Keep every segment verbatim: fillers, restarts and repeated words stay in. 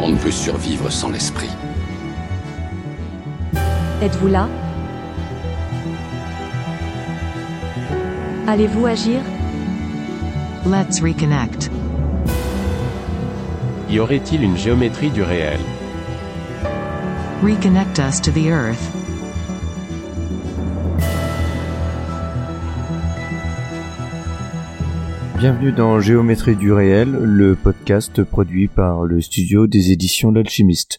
On ne peut survivre sans l'esprit. Êtes-vous là? Allez-vous agir? Let's reconnect. Y aurait-il une géométrie du réel? Reconnect us to the earth. Bienvenue dans Géométrie du réel, le podcast produit par le studio des éditions L'Alchimiste.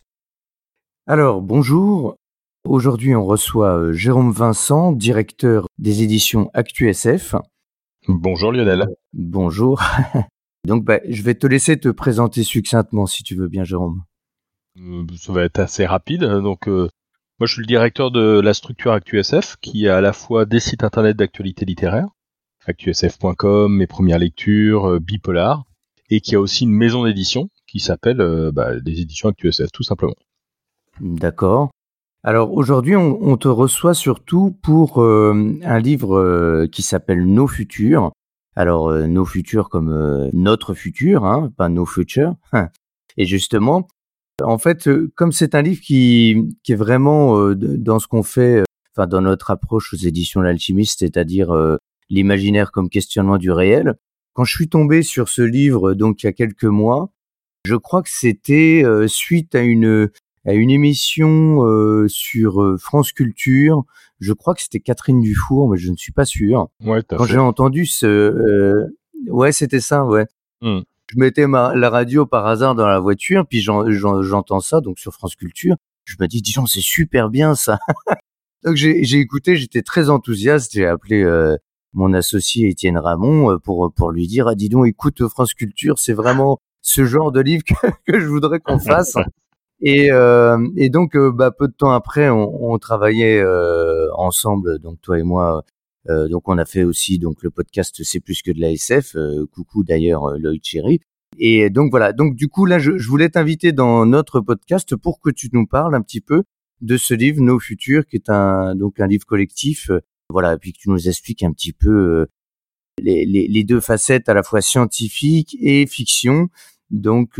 Alors, bonjour. Aujourd'hui, on reçoit Jérôme Vincent, directeur des éditions ActuSF. Bonjour Lionel. Bonjour. Donc, bah, je vais te laisser te présenter succinctement, si tu veux bien, Jérôme. Euh, ça va être assez rapide. Donc, euh, moi, je suis le directeur de la structure ActuSF, qui a à la fois des sites internet d'actualité littéraire, actusf point com, mes premières lectures, euh, Bipolar, et qui a aussi une maison d'édition qui s'appelle euh, bah, des éditions ActuSF, tout simplement. D'accord. Alors aujourd'hui, on, on te reçoit surtout pour euh, un livre euh, qui s'appelle Nos Futurs. Alors, euh, Nos Futurs comme euh, notre futur, hein, pas Nos Futures. Et justement, en fait, euh, comme c'est un livre qui, qui est vraiment euh, dans ce qu'on fait, euh, enfin dans notre approche aux éditions L'Alchimiste, c'est-à-dire euh, l'imaginaire comme questionnement du réel. Quand je suis tombé sur ce livre, donc il y a quelques mois, je crois que c'était euh, suite à une à une émission euh, sur euh, France Culture. Je crois que c'était Catherine Dufour, mais je ne suis pas sûr. Ouais, t'as Quand fait. j'ai entendu ce, euh, ouais, c'était ça, ouais. Mm. Je mettais ma la radio par hasard dans la voiture, puis j'en, j'en, j'entends ça, donc sur France Culture. Je me dis, dis donc, c'est super bien ça. Donc j'ai, j'ai écouté, j'étais très enthousiaste. J'ai appelé euh, mon associé Étienne Ramon pour pour lui dire, ah, dis donc, écoute, France Culture, c'est vraiment ce genre de livre que, que je voudrais qu'on fasse. Et, euh, et donc, euh, bah, peu de temps après, on, on travaillait euh, ensemble, donc toi et moi. Euh, donc, on a fait aussi donc le podcast C'est plus que de la S F. Euh, coucou d'ailleurs, euh, Loïc Chéri. Et donc voilà. Donc du coup, là, je, je voulais t'inviter dans notre podcast pour que tu nous parles un petit peu de ce livre Nos Futurs, qui est un donc un livre collectif. Euh, voilà, et puis que tu nous expliques un petit peu euh, les, les, les deux facettes, à la fois scientifique et fiction. Donc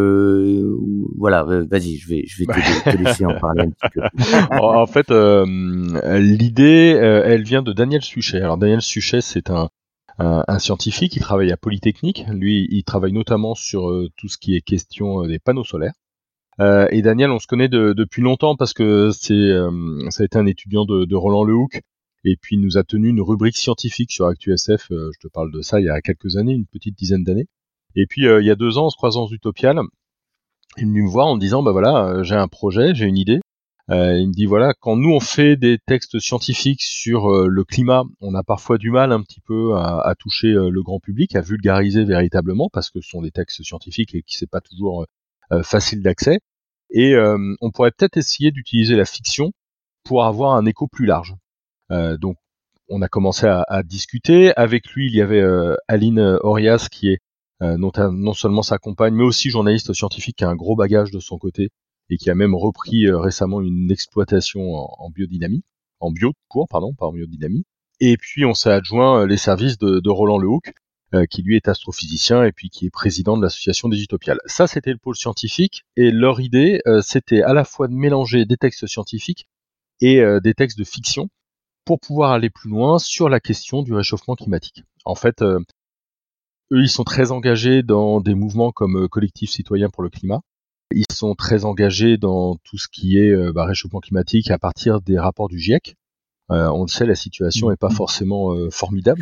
euh, voilà, vas-y, je vais je vais te, te laisser en parler un petit peu. En fait, euh, l'idée, euh, elle vient de Daniel Suchet. Alors Daniel Suchet, c'est un, un, un scientifique qui travaille à Polytechnique. Lui, il travaille notamment sur euh, tout ce qui est question euh, des panneaux solaires. Euh, et Daniel, on se connaît de, depuis longtemps parce que c'est, euh, ça a été un étudiant de, de Roland Lehoucq. Et puis il nous a tenu une rubrique scientifique sur ActuSF. Euh, je te parle de ça il y a quelques années, une petite dizaine d'années. Et puis euh, il y a deux ans, en se croisant aux Utopiales, il est venu me voir en me disant bah voilà, euh, j'ai un projet, j'ai une idée. Euh, il me dit voilà, quand nous on fait des textes scientifiques sur euh, le climat, on a parfois du mal un petit peu à, à toucher euh, le grand public, à vulgariser véritablement, parce que ce sont des textes scientifiques et qui c'est pas toujours euh, facile d'accès. Et euh, on pourrait peut-être essayer d'utiliser la fiction pour avoir un écho plus large. Euh, donc on a commencé à, à discuter. Avec lui, il y avait euh, Aline Orias qui est Euh, non, non seulement sa compagne, mais aussi journaliste scientifique qui a un gros bagage de son côté et qui a même repris euh, récemment une exploitation en, en biodynamie, en bio court, pardon, pas en biodynamie. Et puis on s'est adjoint euh, les services de, de Roland Lehoucq, euh, qui lui est astrophysicien et puis qui est président de l'association des Utopiales. Ça, c'était le pôle scientifique et leur idée, euh, c'était à la fois de mélanger des textes scientifiques et euh, des textes de fiction pour pouvoir aller plus loin sur la question du réchauffement climatique. En fait, euh, eux, ils sont très engagés dans des mouvements comme euh, Collectif Citoyen pour le Climat. Ils sont très engagés dans tout ce qui est euh, bah, réchauffement climatique à partir des rapports du GIEC. Euh, on le sait, la situation n'est pas forcément euh, formidable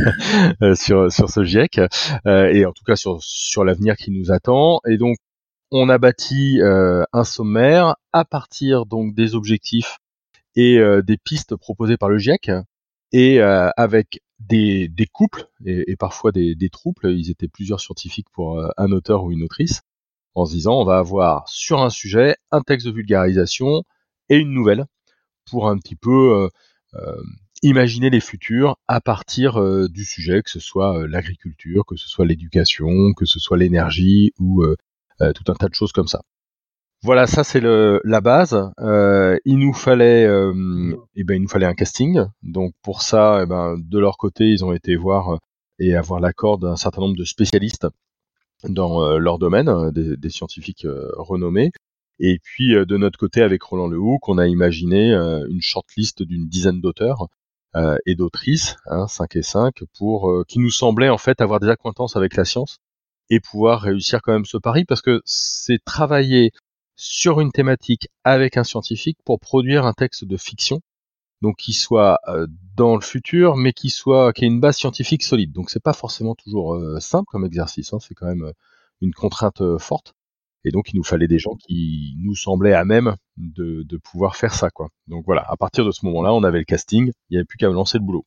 sur sur ce GIEC, euh, et en tout cas sur sur l'avenir qui nous attend. Et donc, on a bâti euh, un sommaire à partir donc des objectifs et euh, des pistes proposées par le GIEC, et euh, avec des, des couples et, et parfois des, des trouples. Ils étaient plusieurs scientifiques pour euh, un auteur ou une autrice, en se disant on va avoir sur un sujet un texte de vulgarisation et une nouvelle pour un petit peu euh, euh, imaginer les futurs à partir euh, du sujet, que ce soit euh, l'agriculture, que ce soit l'éducation, que ce soit l'énergie ou euh, euh, tout un tas de choses comme ça. Voilà, ça c'est le, la base. Euh, il nous fallait, euh, eh ben il nous fallait un casting. Donc pour ça, eh ben de leur côté, ils ont été voir euh, et avoir l'accord d'un certain nombre de spécialistes dans euh, leur domaine, euh, des, des scientifiques euh, renommés. Et puis euh, de notre côté, avec Roland Lehoucq, on a imaginé euh, une shortlist d'une dizaine d'auteurs euh, et d'autrices, hein, cinq et cinq, pour euh, qui nous semblaient en fait avoir des accointances avec la science et pouvoir réussir quand même ce pari, parce que c'est travailler sur une thématique avec un scientifique pour produire un texte de fiction, donc qui soit euh, dans le futur, mais qui soit qui ait une base scientifique solide. Donc c'est pas forcément toujours euh, simple comme exercice, hein, c'est quand même euh, une contrainte euh, forte. Et donc il nous fallait des gens qui nous semblaient à même de, de pouvoir faire ça, quoi. Donc voilà, à partir de ce moment-là, on avait le casting, il n'y avait plus qu'à lancer le boulot.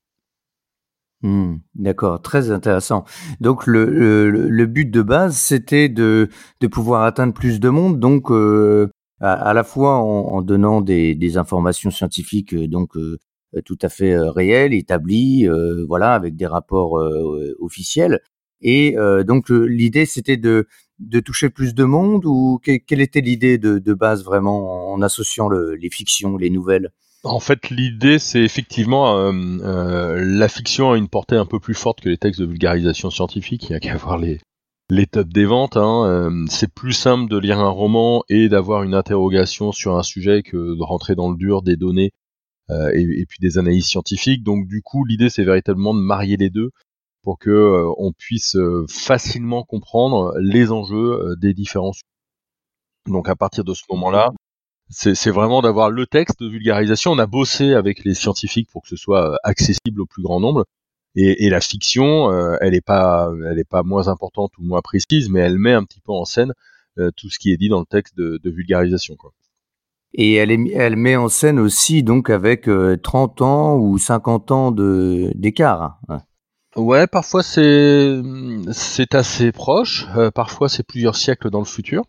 Hmm, d'accord, très intéressant. Donc le, le, le but de base, c'était de, de pouvoir atteindre plus de monde, donc euh, à, à la fois en, en donnant des, des informations scientifiques euh, donc euh, tout à fait euh, réelles, établies, euh, voilà, avec des rapports euh, officiels. Et euh, donc euh, l'idée, c'était de, de toucher plus de monde, ou que, quelle était l'idée de, de base vraiment en associant le, les fictions, les nouvelles? En fait, l'idée, c'est effectivement euh, euh, la fiction a une portée un peu plus forte que les textes de vulgarisation scientifique. Il n'y a qu'à voir les les tops des ventes. Hein. Euh, c'est plus simple de lire un roman et d'avoir une interrogation sur un sujet que de rentrer dans le dur des données euh, et, et puis des analyses scientifiques. Donc, du coup, l'idée, c'est véritablement de marier les deux pour que euh, on puisse euh, facilement comprendre les enjeux euh, des différents sujets. Donc, à partir de ce moment-là, C'est, c'est vraiment d'avoir le texte de vulgarisation. On a bossé avec les scientifiques pour que ce soit accessible au plus grand nombre. Et, et la fiction, euh, elle est pas, elle est pas moins importante ou moins précise, mais elle met un petit peu en scène euh, tout ce qui est dit dans le texte de, de vulgarisation, quoi. Et elle, est, elle met en scène aussi donc avec euh, trente ans ou cinquante ans de, d'écart. Hein. Ouais, parfois c'est, c'est assez proche. Euh, parfois c'est plusieurs siècles dans le futur.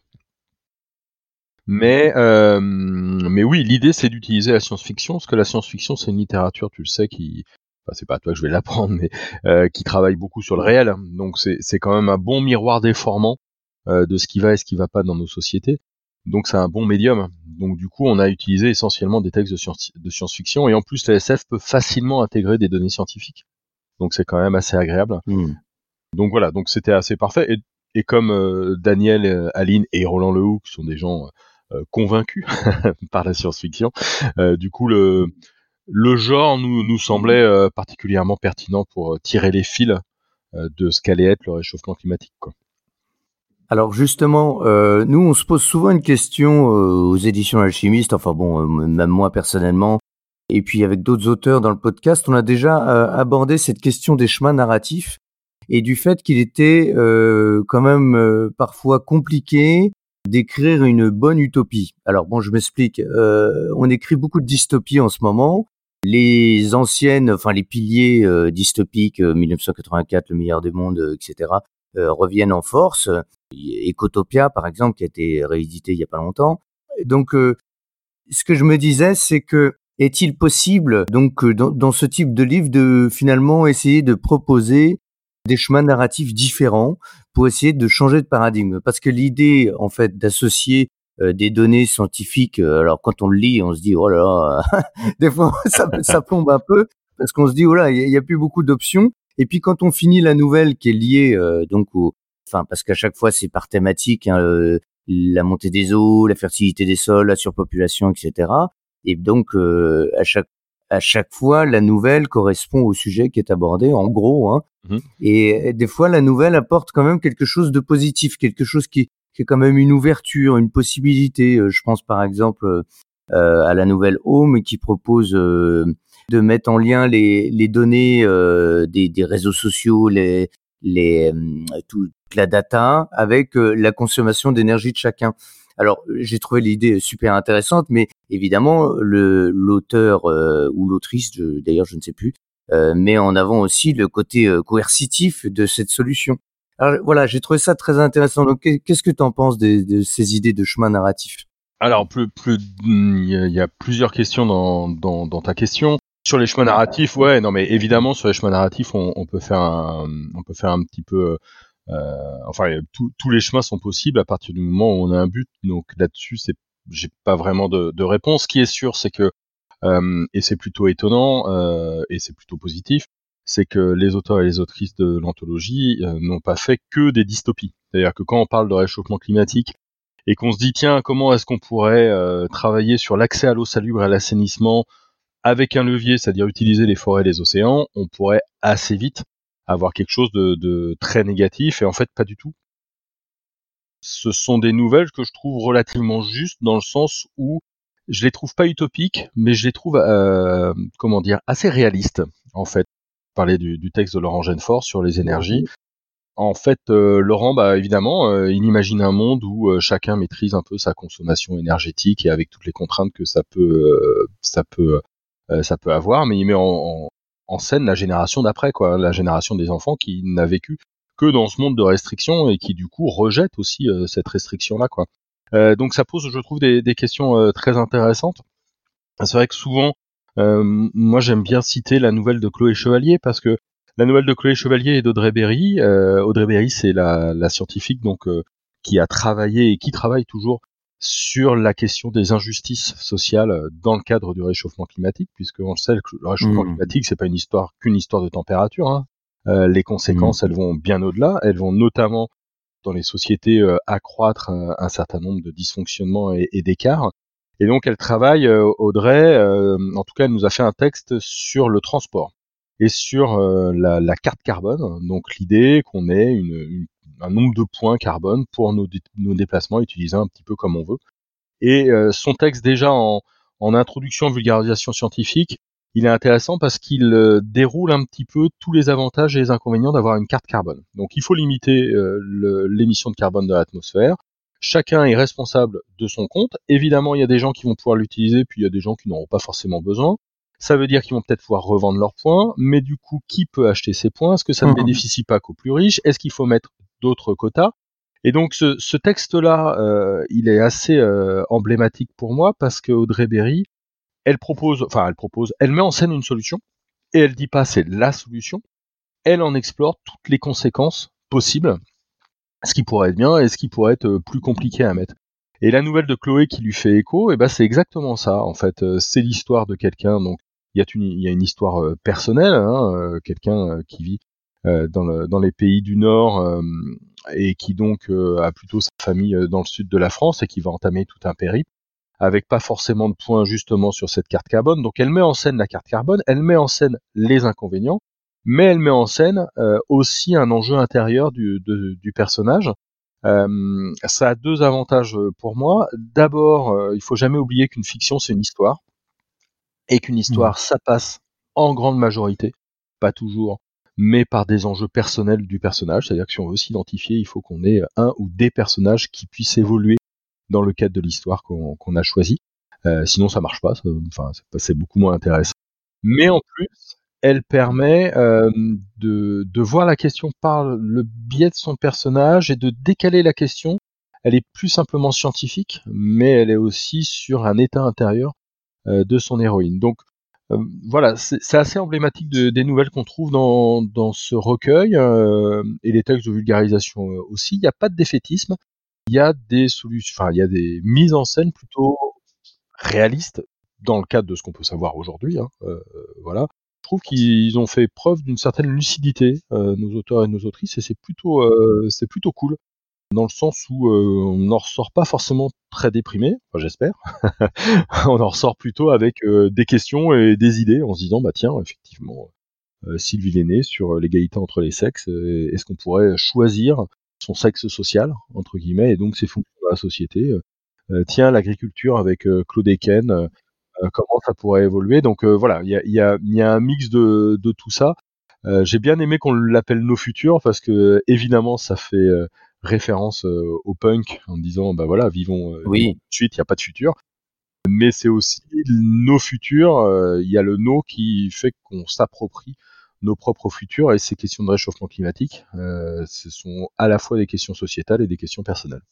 Mais, euh, mais oui, l'idée c'est d'utiliser la science-fiction, parce que la science-fiction c'est une littérature, tu le sais, qui, enfin c'est pas à toi que je vais l'apprendre, mais euh, qui travaille beaucoup sur le réel. Donc c'est, c'est quand même un bon miroir déformant euh, de ce qui va et ce qui va pas dans nos sociétés. Donc c'est un bon médium. Donc du coup on a utilisé essentiellement des textes de, science, de science-fiction, et en plus la S F peut facilement intégrer des données scientifiques. Donc c'est quand même assez agréable. Mmh. Donc voilà, donc c'était assez parfait. Et, et comme euh, Daniel, euh, Aline et Roland Lehoucq sont des gens euh, convaincus par la science-fiction, euh, du coup le le genre nous nous semblait euh, particulièrement pertinent pour euh, tirer les fils euh, de ce qu'allait être le réchauffement climatique, quoi. Alors justement, euh, nous on se pose souvent une question euh, aux éditions Alchimistes, enfin bon, euh, même moi personnellement, et puis avec d'autres auteurs dans le podcast, on a déjà euh, abordé cette question des chemins narratifs et du fait qu'il était euh, quand même euh, parfois compliqué d'écrire une bonne utopie. Alors bon, je m'explique, euh, on écrit beaucoup de dystopies en ce moment. Les anciennes, enfin les piliers euh, dystopiques, euh, mille neuf cent quatre-vingt-quatre, Le meilleur des mondes, euh, et cetera, euh, reviennent en force. Ecotopia, par exemple, qui a été réédité il y a pas longtemps. Donc, euh, ce que je me disais, c'est que est-il possible, donc, euh, dans, dans ce type de livre, de finalement essayer de proposer des chemins narratifs différents pour essayer de changer de paradigme? Parce que l'idée, en fait, d'associer euh, des données scientifiques, euh, alors quand on le lit, on se dit oh là là, des fois ça, ça plombe un peu parce qu'on se dit oh là, il y, y a plus beaucoup d'options. Et puis quand on finit la nouvelle qui est liée euh, donc au Enfin, parce qu'à chaque fois c'est par thématique, hein, euh, la montée des eaux, la fertilité des sols, la surpopulation, et cetera. Et donc euh, à chaque à chaque fois la nouvelle correspond au sujet qui est abordé, en gros. Hein. Mmh. Et des fois la nouvelle apporte quand même quelque chose de positif, quelque chose qui, qui est quand même une ouverture, une possibilité. Je pense par exemple euh, à la nouvelle Home qui propose euh, de mettre en lien les les données euh, des des réseaux sociaux, les les toute la data avec euh, la consommation d'énergie de chacun. Alors j'ai trouvé l'idée super intéressante, mais évidemment le l'auteur euh, ou l'autrice, je, d'ailleurs je ne sais plus, euh, met en avant aussi le côté euh, coercitif de cette solution. Alors voilà, j'ai trouvé ça très intéressant. Donc qu'est-ce que tu en penses de, de ces idées de chemin narratif? Alors plus plus il y a plusieurs questions dans dans, dans ta question. Sur les chemins narratifs, ouais, non, mais évidemment sur les chemins narratifs, on, on peut faire un, on peut faire un petit peu, euh, enfin, tous les chemins sont possibles à partir du moment où on a un but. Donc là-dessus, c'est, j'ai pas vraiment de, de réponse. Ce qui est sûr, c'est que, euh, et c'est plutôt étonnant, euh, et c'est plutôt positif, c'est que les auteurs et les autrices de l'anthologie euh, n'ont pas fait que des dystopies. C'est-à-dire que quand on parle de réchauffement climatique et qu'on se dit tiens, comment est-ce qu'on pourrait euh, travailler sur l'accès à l'eau salubre et à l'assainissement avec un levier, c'est-à-dire utiliser les forêts et les océans, on pourrait assez vite avoir quelque chose de, de très négatif, et en fait pas du tout. Ce sont des nouvelles que je trouve relativement justes dans le sens où je les trouve pas utopiques, mais je les trouve euh, comment dire assez réalistes en fait. Parler du, du texte de Laurent Genefort sur les énergies. En fait, euh, Laurent, bah évidemment, euh, il imagine un monde où euh, chacun maîtrise un peu sa consommation énergétique et avec toutes les contraintes que ça peut, euh, ça peut, euh, ça peut avoir, mais il met en, en, en scène la génération d'après, quoi, la génération des enfants qui n'a vécu que dans ce monde de restrictions et qui du coup rejette aussi euh, cette restriction-là, quoi. Euh, donc ça pose, je trouve, des, des questions euh, très intéressantes. C'est vrai que souvent, euh, moi j'aime bien citer la nouvelle de Chloé Chevalier parce que la nouvelle de Chloé Chevalier et d'Audrey Berry, euh, Audrey Berry c'est la, la scientifique donc euh, qui a travaillé et qui travaille toujours sur la question des injustices sociales dans le cadre du réchauffement climatique, puisque on le sait, le réchauffement mmh. climatique c'est pas une histoire qu'une histoire de température, hein. Euh, les conséquences, mmh. elles vont bien au-delà. Elles vont notamment, dans les sociétés, euh, accroître un, un certain nombre de dysfonctionnements et, et d'écarts. Et donc, elle travaille, euh, Audrey, euh, en tout cas, elle nous a fait un texte sur le transport et sur euh, la, la carte carbone. Donc, l'idée qu'on ait une, une, un nombre de points carbone pour nos, dé- nos déplacements, utilisés un petit peu comme on veut. Et euh, son texte, déjà en, en introduction, vulgarisation scientifique, il est intéressant parce qu'il euh, déroule un petit peu tous les avantages et les inconvénients d'avoir une carte carbone. Donc il faut limiter euh, le, l'émission de carbone de l'atmosphère. Chacun est responsable de son compte. Évidemment, il y a des gens qui vont pouvoir l'utiliser, puis il y a des gens qui n'auront pas forcément besoin. Ça veut dire qu'ils vont peut-être pouvoir revendre leurs points, mais du coup, qui peut acheter ces points ? Est-ce que ça ne bénéficie pas qu'aux plus riches ? Est-ce qu'il faut mettre d'autres quotas ? Et donc ce, ce texte-là, euh, il est assez euh, emblématique pour moi parce que Audrey Berry, elle propose, enfin elle propose, elle met en scène une solution et elle dit pas c'est la solution, elle en explore toutes les conséquences possibles, ce qui pourrait être bien et ce qui pourrait être plus compliqué à mettre. Et la nouvelle de Chloé qui lui fait écho, et ben c'est exactement ça en fait, c'est l'histoire de quelqu'un, donc il y a une, il y a une histoire personnelle, hein, quelqu'un qui vit euh, dans, le, dans les pays du Nord euh, et qui donc euh, a plutôt sa famille dans le sud de la France et qui va entamer tout un périple, avec pas forcément de points justement sur cette carte carbone. Donc elle met en scène la carte carbone, elle met en scène les inconvénients, mais elle met en scène euh, aussi un enjeu intérieur du, de, du personnage. Euh, ça a deux avantages pour moi. D'abord, euh, il faut jamais oublier qu'une fiction c'est une histoire, et qu'une histoire mmh. ça passe en grande majorité, pas toujours, mais par des enjeux personnels du personnage. C'est-à-dire que si on veut s'identifier, il faut qu'on ait un ou des personnages qui puissent évoluer dans le cadre de l'histoire qu'on, qu'on a choisi. Euh, sinon, ça marche pas. Ça, enfin, c'est, c'est beaucoup moins intéressant. Mais en plus, elle permet euh, de, de voir la question par le biais de son personnage et de décaler la question. Elle est plus simplement scientifique, mais elle est aussi sur un état intérieur euh, de son héroïne. Donc euh, voilà, c'est, c'est assez emblématique de, des nouvelles qu'on trouve dans, dans ce recueil euh, et les textes de vulgarisation aussi. Il n'y a pas de défaitisme. Il y a des solutions, enfin, il y a des mises en scène plutôt réalistes dans le cadre de ce qu'on peut savoir aujourd'hui. Hein, euh, voilà. Je trouve qu'ils ont fait preuve d'une certaine lucidité, euh, nos auteurs et nos autrices, et c'est plutôt, euh, c'est plutôt cool, dans le sens où euh, on n'en ressort pas forcément très déprimé, enfin, j'espère. On en ressort plutôt avec euh, des questions et des idées, en se disant, bah tiens, effectivement, euh, Sylvie Lenné sur l'égalité entre les sexes, euh, est-ce qu'on pourrait choisir son sexe social, entre guillemets, et donc ses fonctions dans la société. Euh, tiens, l'agriculture avec euh, Claude Eken, euh, comment ça pourrait évoluer. Donc euh, voilà, il y a, y, a, y a un mix de, de tout ça. Euh, j'ai bien aimé qu'on l'appelle Nos Futurs, parce que évidemment, ça fait euh, référence euh, au punk, en disant, bah voilà, vivons euh, oui. tout de suite, il n'y a pas de futur. Mais c'est aussi nos futurs, il euh, y a le no qui fait qu'on s'approprie nos propres futurs, et ces questions de réchauffement climatique, euh, ce sont à la fois des questions sociétales et des questions personnelles.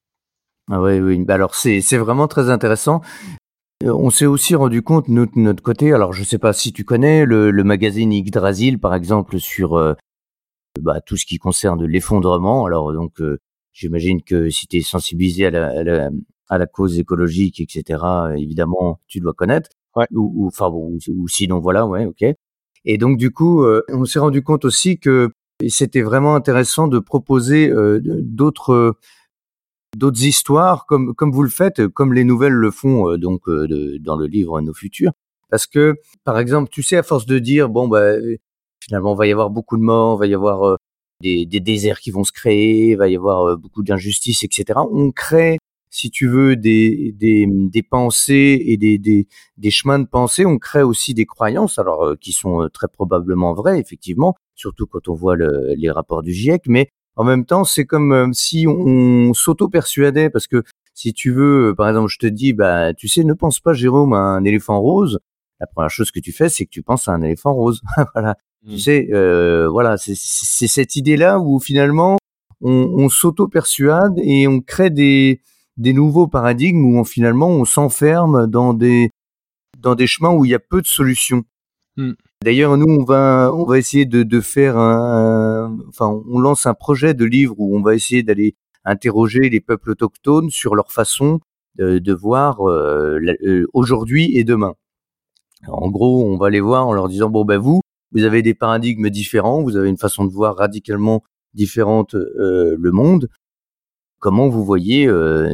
Ah oui, oui. Bah alors c'est c'est vraiment très intéressant. Euh, on s'est aussi rendu compte de notre, notre côté. Alors je sais pas si tu connais le, le magazine Yggdrasil par exemple sur euh, bah, tout ce qui concerne l'effondrement. Alors donc euh, j'imagine que si tu es sensibilisé à la, à la à la cause écologique, et cetera. Évidemment tu dois connaître. Ouais. Ou, ou enfin bon, ou, ou sinon voilà, ouais, ok. Et donc du coup, euh, on s'est rendu compte aussi que c'était vraiment intéressant de proposer euh, d'autres euh, d'autres histoires comme comme vous le faites, comme les nouvelles le font euh, donc euh, de, dans le livre Nos Futurs. Parce que, par exemple, tu sais, à force de dire bon bah finalement il va y avoir beaucoup de morts, il va y avoir euh, des, des déserts qui vont se créer, il va y avoir euh, beaucoup d'injustices, et cetera. On crée, si tu veux, des des des pensées et des des des chemins de pensée. On crée aussi des croyances, alors euh, qui sont euh, très probablement vraies, effectivement, surtout quand on voit le, les rapports du GIEC. Mais en même temps, c'est comme euh, si on, on s'auto-persuadait, parce que si tu veux, euh, par exemple, je te dis, bah, tu sais, ne pense pas, Jérôme, à un éléphant rose. La première chose que tu fais, c'est que tu penses à un éléphant rose. Voilà. Mmh. Tu sais, euh, voilà, c'est, c'est cette idée-là où finalement on, on s'auto-persuade et on crée des des nouveaux paradigmes où on, finalement on s'enferme dans des dans des chemins où il y a peu de solutions. Mmh. D'ailleurs, nous, on va on va essayer de de faire un, un, enfin, on lance un projet de livre où on va essayer d'aller interroger les peuples autochtones sur leur façon de, de voir euh, euh, aujourd'hui et demain. Alors, en gros, on va les voir en leur disant bon ben vous, vous avez des paradigmes différents, vous avez une façon de voir radicalement différente euh, le monde. Comment vous voyez euh,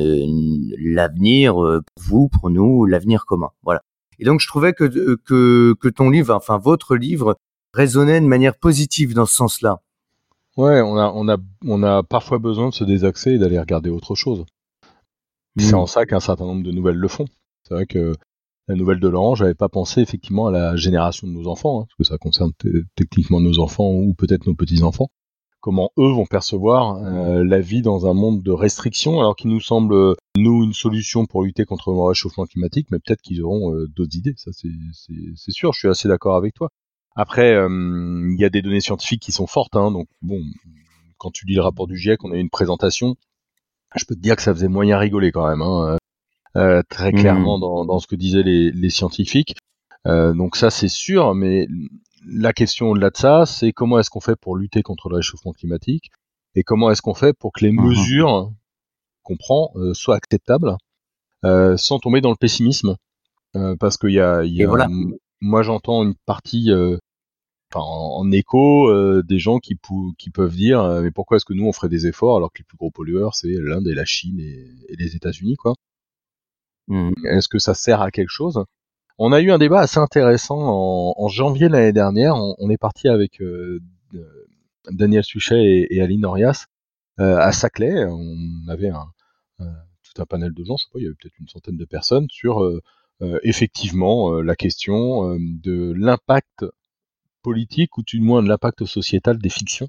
l'avenir euh, pour vous, pour nous, l'avenir commun. Voilà. Et donc je trouvais que que que ton livre, enfin votre livre, résonnait de manière positive dans ce sens-là. Ouais, on a on a on a parfois besoin de se désaxer et d'aller regarder autre chose. Mmh. C'est en ça qu'un certain nombre de nouvelles le font. C'est vrai que la nouvelle de Laurent, j'avais pas pensé effectivement à la génération de nos enfants, hein, parce que ça concerne t- techniquement nos enfants ou peut-être nos petits-enfants. Comment eux vont percevoir euh, la vie dans un monde de restrictions, alors qu'il nous semble, euh, nous, une solution pour lutter contre le réchauffement climatique, mais peut-être qu'ils auront euh, d'autres idées, ça c'est, c'est, c'est sûr, je suis assez d'accord avec toi. Après, il euh, y a des données scientifiques qui sont fortes, hein, donc bon, quand tu lis le rapport du GIEC, on a eu une présentation, je peux te dire que ça faisait moyen rigoler quand même, hein, euh, très clairement mmh. dans, dans ce que disaient les, les scientifiques. Euh, donc ça c'est sûr, mais la question au-delà de ça, c'est comment est-ce qu'on fait pour lutter contre le réchauffement climatique et comment est-ce qu'on fait pour que les mmh. mesures qu'on prend euh, soient acceptables euh, sans tomber dans le pessimisme. Euh, parce qu'il y a, il y a voilà. m- moi j'entends une partie euh, en, en écho euh, des gens qui, pou- qui peuvent dire euh, mais pourquoi est-ce que nous on ferait des efforts alors que les plus gros pollueurs c'est l'Inde et la Chine et, et les États-Unis quoi. Mmh. Est-ce que ça sert à quelque chose? On a eu un débat assez intéressant en, en janvier de l'année dernière. On, on est parti avec euh, euh, Daniel Suchet et, et Aline Orias euh, à Saclay. On avait un, euh, tout un panel de gens, je sais pas, il y avait peut-être une centaine de personnes sur euh, euh, effectivement euh, la question euh, de l'impact politique ou tout du moins de l'impact sociétal des fictions.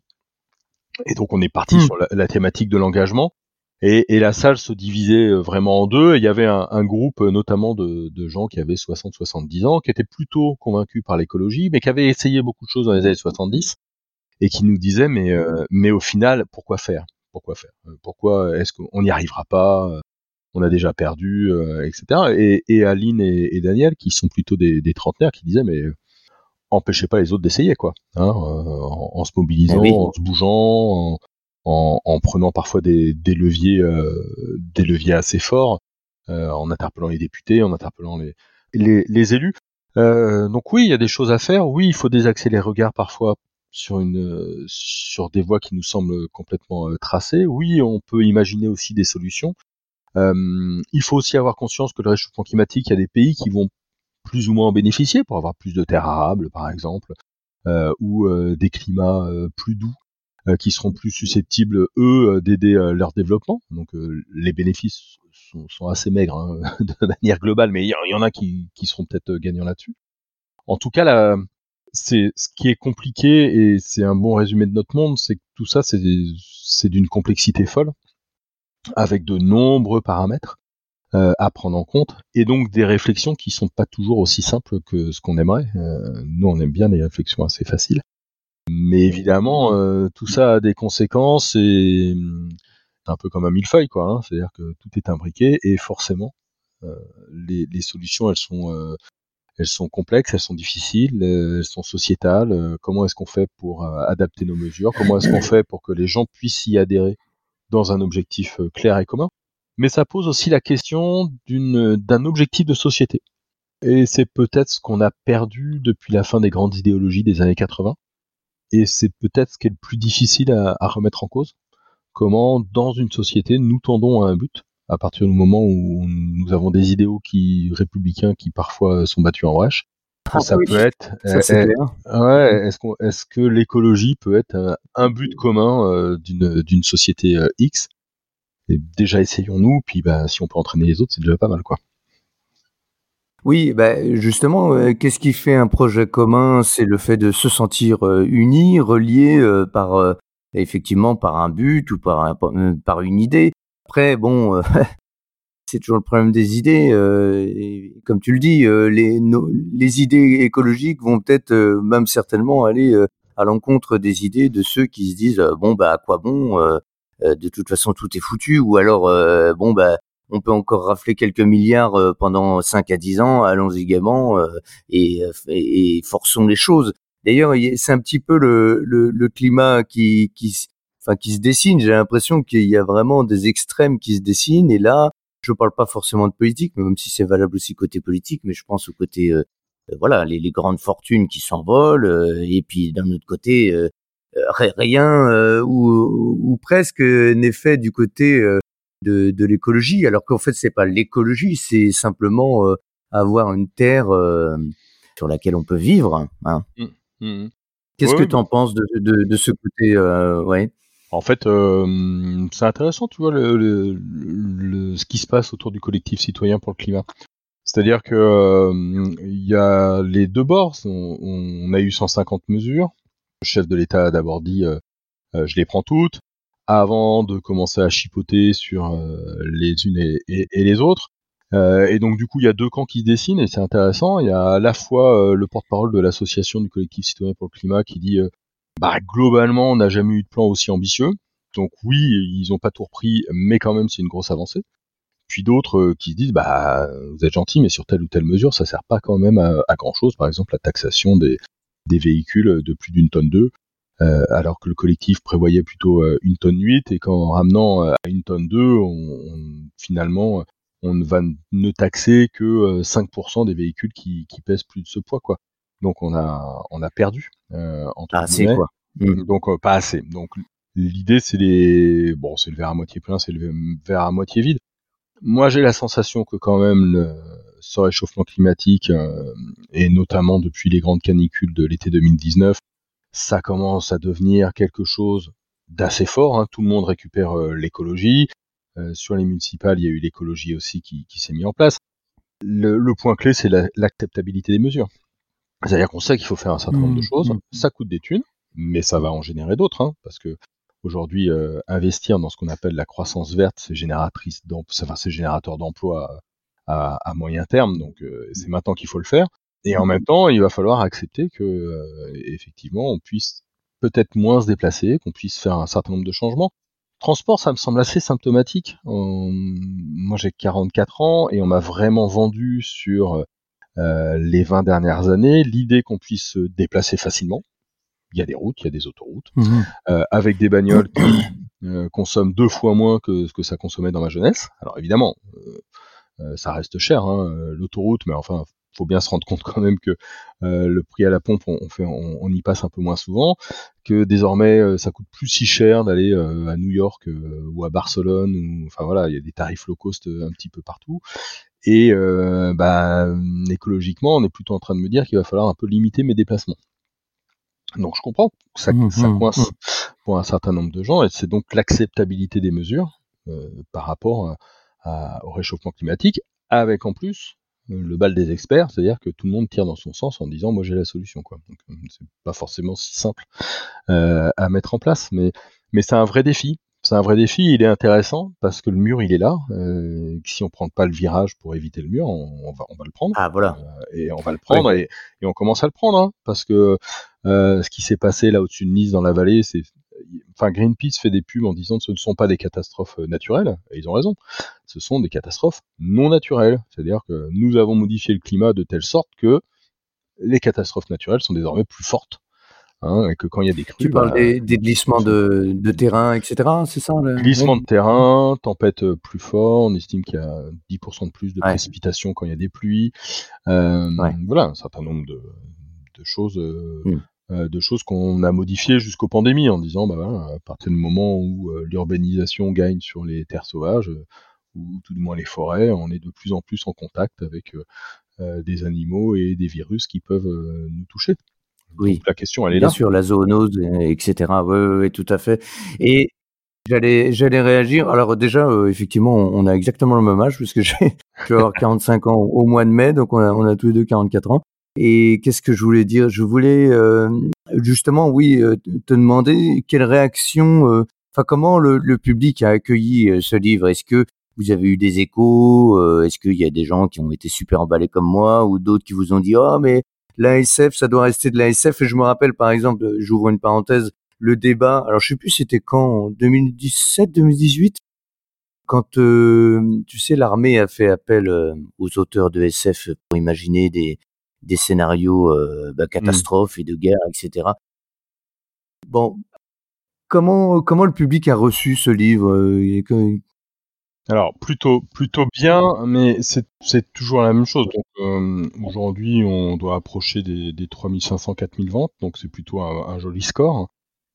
Et donc on est parti mmh. sur la, la thématique de l'engagement. Et, et la salle se divisait vraiment en deux. Il y avait un, un groupe notamment de, de gens qui avaient soixante soixante-dix ans, qui étaient plutôt convaincus par l'écologie, mais qui avaient essayé beaucoup de choses dans les années soixante-dix, et qui nous disaient, mais, euh, mais au final, pourquoi faire Pourquoi faire Pourquoi est-ce qu'on n'y arrivera pas On a déjà perdu, euh, et cetera. Et, et Aline et, et Daniel, qui sont plutôt des, des trentenaires, qui disaient, mais empêchez pas les autres d'essayer, quoi, hein, en, en se mobilisant, ah oui. en se bougeant, en, En, en prenant parfois des, des leviers, euh, des leviers assez forts, euh, en interpellant les députés, en interpellant les, les, les élus. Euh, donc oui, il y a des choses à faire. Oui, il faut désaxer les regards parfois sur une, sur des voies qui nous semblent complètement euh, tracées. Oui, on peut imaginer aussi des solutions. Euh, il faut aussi avoir conscience que le réchauffement climatique, il y a des pays qui vont plus ou moins en bénéficier pour avoir plus de terres arables, par exemple, euh, ou euh, des climats euh, plus doux. Euh, qui seront plus susceptibles, eux, d'aider euh, leur développement. Donc euh, les bénéfices sont, sont assez maigres hein, de manière globale, mais il y, y en a qui, qui seront peut-être gagnants là-dessus. En tout cas, là, c'est ce qui est compliqué, et c'est un bon résumé de notre monde, c'est que tout ça, c'est, c'est d'une complexité folle, avec de nombreux paramètres euh, à prendre en compte, et donc des réflexions qui sont pas toujours aussi simples que ce qu'on aimerait. Euh, nous, on aime bien les réflexions assez faciles. Mais évidemment, euh, tout ça a des conséquences et un peu comme un millefeuille, quoi. Hein, c'est-à-dire que tout est imbriqué et forcément, euh, les, les solutions, elles sont, euh, elles sont complexes, elles sont difficiles, elles sont sociétales. Euh, comment est-ce qu'on fait pour euh, adapter nos mesures ? Comment est-ce qu'on fait pour que les gens puissent y adhérer dans un objectif euh, clair et commun ? Mais ça pose aussi la question d'une, d'un objectif de société. Et c'est peut-être ce qu'on a perdu depuis la fin des grandes idéologies des années quatre-vingts. Et c'est peut-être ce qui est le plus difficile à, à remettre en cause. Comment, dans une société, nous tendons à un but, à partir du moment où nous avons des idéaux qui, républicains qui parfois sont battus en brèche. Ah ça oui, peut être... ça c'est euh, clair. Ouais, est-ce, qu'on, est-ce que l'écologie peut être un, un but commun euh, d'une, d'une société euh, X? Et déjà essayons-nous, puis bah, si on peut entraîner les autres, c'est déjà pas mal, quoi. Oui, bah, justement, euh, qu'est-ce qui fait un projet commun? C'est le fait de se sentir euh, unis, reliés euh, par euh, effectivement par un but ou par un- par euh, par une idée. Après, bon, euh, c'est toujours le problème des idées. euh, et comme tu le dis, euh, les nos- les idées écologiques vont peut-être euh, même certainement aller euh, à l'encontre des idées de ceux qui se disent euh, bon bah à quoi bon, euh, euh, de toute façon tout est foutu, ou alors euh, bon bah on peut encore rafler quelques milliards euh, pendant cinq à dix ans, allons-y gaiement euh, et, et, et forçons les choses. D'ailleurs, il y a- c'est un petit peu le, le, le climat qui, qui, s- enfin, qui se dessine. J'ai l'impression qu'il y a vraiment des extrêmes qui se dessinent. Et là, je parle pas forcément de politique, mais même si c'est valable aussi côté politique, mais je pense au côté, euh, euh, voilà, les, les grandes fortunes qui s'envolent, euh, et puis d'un autre côté, euh, euh, rien euh, ou, ou presque n'est fait du côté euh, de, de l'écologie, alors qu'en fait c'est pas l'écologie, c'est simplement euh, avoir une terre euh, sur laquelle on peut vivre. Hein. Mmh. Mmh. Qu'est-ce que Ouais, tu en penses de, de, de ce côté euh, ouais. en fait, euh, c'est intéressant, tu vois, le, le, le- ce qui se passe autour du collectif citoyen pour le climat. C'est-à-dire que euh, il y a les deux bords. On, on a eu cent cinquante mesures. Le chef de l'État a d'abord dit euh, euh, je les prends toutes, avant de commencer à chipoter sur euh, les unes et, et- et les autres. Euh, et donc du coup, il y a deux camps qui se dessinent et c'est intéressant. Il y a à la fois euh, le porte-parole de l'association du collectif citoyen pour le climat qui dit euh, bah globalement, on n'a jamais eu de plan aussi ambitieux. Donc oui, ils n'ont pas tout repris, mais quand même, c'est une grosse avancée. Puis d'autres euh, qui se disent bah vous êtes gentils, mais sur telle ou telle mesure, ça sert pas quand même à, à grand chose. Par exemple, la taxation des, des véhicules de plus d'une tonne deux, euh, alors que le collectif prévoyait plutôt euh, une tonne huit, et qu'en ramenant euh, à une tonne deux, on, on- finalement, on ne va ne taxer que euh, cinq pour cent des véhicules qui, qui pèsent plus de ce poids, quoi. Donc on a on a perdu euh, entre Ah, c'est guillemets. quoi. Mm. Donc euh, pas assez. Donc l'idée c'est les bon, c'est le verre à moitié plein, c'est le verre à moitié vide. Moi, j'ai la sensation que quand même le, ce réchauffement climatique, euh, et notamment depuis les grandes canicules de l'été deux mille dix-neuf, ça commence à devenir quelque chose d'assez fort. Hein. Tout le monde récupère euh, l'écologie. Euh, sur les municipales, il y a eu l'écologie aussi qui, qui s'est mis en place. Le, le point clé, c'est la, l'acceptabilité des mesures. C'est-à-dire qu'on sait qu'il faut faire un certain nombre de Mm, choses. mm. Ça coûte des thunes, mais ça va en générer d'autres, hein, parce que aujourd'hui, euh, investir dans ce qu'on appelle la croissance verte, c'est génératrice d'emploi, enfin, c'est générateur d'emplois à, à, à moyen terme. Donc, euh, c'est maintenant qu'il faut le faire. Et en même temps, il va falloir accepter que, euh, effectivement, on puisse peut-être moins se déplacer, qu'on puisse faire un certain nombre de changements. Transport, ça me semble assez symptomatique. On- Moi, j'ai quarante-quatre ans et on m'a vraiment vendu sur euh, les vingt dernières années l'idée qu'on puisse se déplacer facilement. Il y a des routes, il y a des autoroutes, Mhm. euh, avec des bagnoles qui euh, consomment deux fois moins que ce que ça consommait dans ma jeunesse. Alors évidemment, euh, euh, ça reste cher, hein, euh, l'autoroute, mais enfin, faut bien se rendre compte quand même que euh, le prix à la pompe, on, on fait, on, on y passe un peu moins souvent, que désormais, euh, ça coûte plus si cher d'aller euh, à New York euh, ou à Barcelone, ou enfin voilà, il y a des tarifs low cost euh, un petit peu partout. Et euh, bah, écologiquement, on est plutôt en train de me dire qu'il va falloir un peu limiter mes déplacements. Donc je comprends que ça, Mhm. ça Mhm. coince pour un certain nombre de gens, et c'est donc l'acceptabilité des mesures euh, par rapport à- à- au réchauffement climatique, avec en plus euh, le bal des experts, c'est-à-dire que tout le monde tire dans son sens en disant moi j'ai la solution, quoi. Donc euh, c'est pas forcément si simple euh, à mettre en place, mais mais c'est un vrai défi. C'est un vrai défi, il est intéressant parce que le mur il est là. Euh, si on prend pas le virage pour éviter le mur, on, on va on va le prendre. Ah, voilà. Euh, et on va le Ouais. prendre et, et on commence à le prendre, hein, parce que euh, ce qui s'est passé là au-dessus de Nice dans la vallée, c'est enfin Greenpeace fait des pubs en disant que ce ne sont pas des catastrophes euh, naturelles, et ils ont raison. Ce sont des catastrophes non naturelles, c'est-à-dire que nous avons modifié le climat de telle sorte que les catastrophes naturelles sont désormais plus fortes Hein, et que quand il y a des Tu crues, parles bah, des, des glissements de, de terrain, et cetera. C'est ça le... glissement oui. de terrain, tempête euh, plus fort, on estime qu'il y a dix pour cent de plus de Ouais. précipitations quand il y a des pluies. Euh, Ouais. Voilà, un certain nombre de, de choses, euh, Mm. euh, de choses qu'on a modifiées jusqu'aux pandémies en disant, bah voilà, à partir du moment où euh, l'urbanisation gagne sur les terres sauvages, euh, ou tout du moins les forêts, on est de plus en plus en contact avec euh, euh, des animaux et des virus qui peuvent euh, nous toucher. Donc Oui, la question, elle est bien là. sûr, la zoonose, euh, et cetera. Oui, oui, oui, tout à fait. Et j'allais, j'allais réagir. Alors déjà, euh, effectivement, on, on a exactement le même âge puisque j'ai, je vais avoir quarante-cinq ans au mois de mai, donc on a, on a tous les deux quarante-quatre ans. Et qu'est-ce que je voulais dire? Je voulais euh, justement, oui, euh, te demander quelle réaction, euh, enfin comment le, le public a accueilli euh, ce livre. Est-ce que vous avez eu des échos? euh, Est-ce qu'il y a des gens qui ont été super emballés comme moi ou d'autres qui vous ont dit oh mais l'A S F, ça doit rester de l'A S F? Et je me rappelle par exemple, euh, j'ouvre une parenthèse, le débat. Alors je sais plus c'était quand, en deux mille dix-sept, deux mille dix-huit, quand euh, tu sais l'armée a fait appel euh, aux auteurs de S F pour imaginer des des scénarios euh, bah, Mm. catastrophes et de guerre, et cetera. Bon, comment comment le public a reçu ce livre? euh, et que- Alors plutôt plutôt bien, mais c'est c'est toujours la même chose. Donc euh, aujourd'hui, on doit approcher des, des trois mille cinq cents quatre mille ventes, donc c'est plutôt un, un joli score.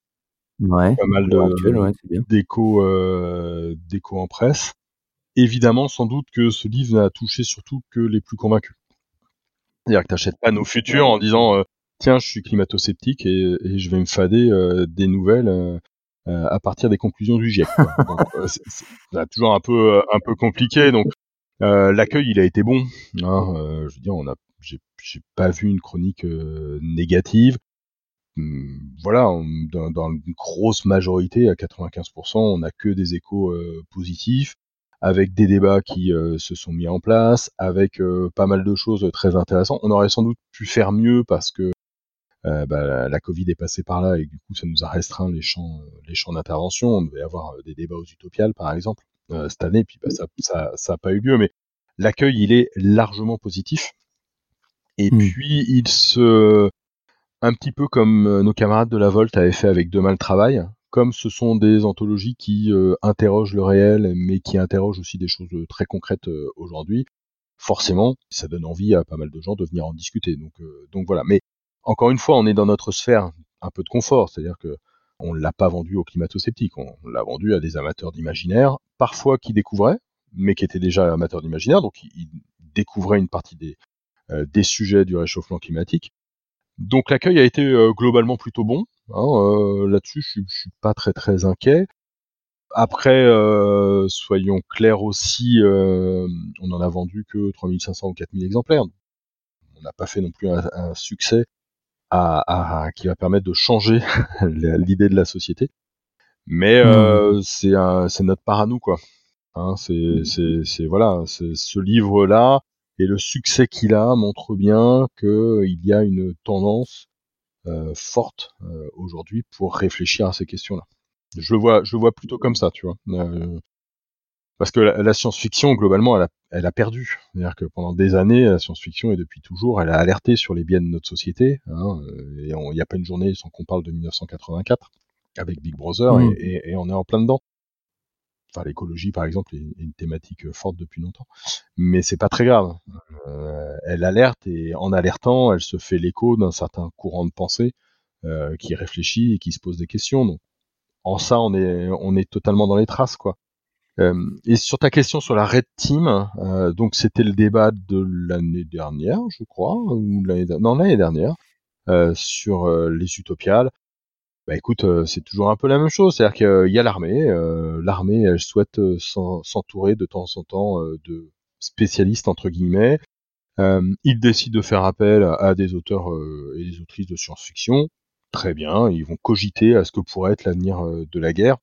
Ouais, Pas mal à l'heure actuelle, de ouais, c'est bien. d'échos euh, d'échos en presse. Évidemment, sans doute que ce livre n'a touché surtout que les plus convaincus. C'est-à-dire que t'achètes pas nos futurs en disant euh, tiens, je suis climato-sceptique et, et je vais me fader euh, des nouvelles euh, euh, à partir des conclusions du GIEC. Quoi. Donc euh, c'est, c'est, c'est toujours un peu euh, un peu compliqué. Donc euh, l'accueil, il a été bon. Hein, euh, je veux dire, on a, j'ai, j'ai pas vu une chronique euh, négative. Hum, voilà, on, dans, dans une grosse majorité, à quatre-vingt-quinze pour cent, on n'a que des échos euh, positifs, avec des débats qui euh, se sont mis en place, avec euh, pas mal de choses très intéressantes. On aurait sans doute pu faire mieux parce que euh, bah, la, la Covid est passée par là et du coup, ça nous a restreint les champs, euh, les champs d'intervention. On devait avoir euh, des débats aux Utopiales, par exemple, euh, cette année, puis bah, ça, ça, ça a pas eu lieu, mais l'accueil, il est largement positif. Et Hmm. puis, il se un petit peu comme euh, nos camarades de la Volte avaient fait avec Demain le travail, comme ce sont des anthologies qui euh, interrogent le réel, mais qui interrogent aussi des choses euh, très concrètes euh, aujourd'hui, forcément, ça donne envie à pas mal de gens de venir en discuter. Donc, euh, donc voilà. Mais encore une fois, on est dans notre sphère un peu de confort, c'est-à-dire que on l'a pas vendu aux climato-sceptiques, on l'a vendu à des amateurs d'imaginaire, parfois qui découvraient, mais qui étaient déjà amateurs d'imaginaire, donc ils, ils découvraient une partie des, euh, des sujets du réchauffement climatique. Donc l'accueil a été euh, globalement plutôt bon. Hein, euh, là-dessus, je suis, je suis pas très très inquiet. Après, euh, soyons clairs aussi, euh, on en a vendu que trois mille cinq cents ou quatre mille exemplaires. On n'a pas fait non plus un, un succès à, à, à, qui va permettre de changer l'idée de la société. Mais Hmm. euh, c'est, un, c'est notre part à nous, quoi. Hein, c'est, c'est, c'est voilà, c'est, ce livre-là et le succès qu'il a montre bien qu'il y a une tendance euh, forte euh, aujourd'hui pour réfléchir à ces questions-là. Je le vois, je le vois plutôt comme ça, tu vois. Euh, parce que la, la science-fiction, globalement, elle a, elle a perdu. C'est-à-dire que pendant des années, la science-fiction, et depuis toujours, elle a alerté sur les biais de notre société. Hein, et il n'y a pas une journée sans qu'on parle de mille neuf cent quatre-vingt-quatre avec Big Brother, et, Hmm. et, et on est en plein dedans. Enfin, l'écologie, par exemple, est, est une thématique forte depuis longtemps. Mais c'est pas très grave. Euh, elle alerte, et en alertant, elle se fait l'écho d'un certain courant de pensée euh, qui réfléchit et qui se pose des questions. Donc, en ça, on est, on est totalement dans les traces, quoi. Euh, et sur ta question sur la Red Team, euh, donc c'était le débat de l'année dernière, je crois, ou l'année non l'année dernière, euh, sur euh, les utopiales. Bah écoute, euh, c'est toujours un peu la même chose, c'est-à-dire qu'il y a l'armée, euh, l'armée elle souhaite euh, s'entourer de temps en temps euh, de spécialistes entre guillemets. Euh, ils décident de faire appel à, à des auteurs euh, et des autrices de science-fiction. Très bien, ils vont cogiter à ce que pourrait être l'avenir euh, de la guerre.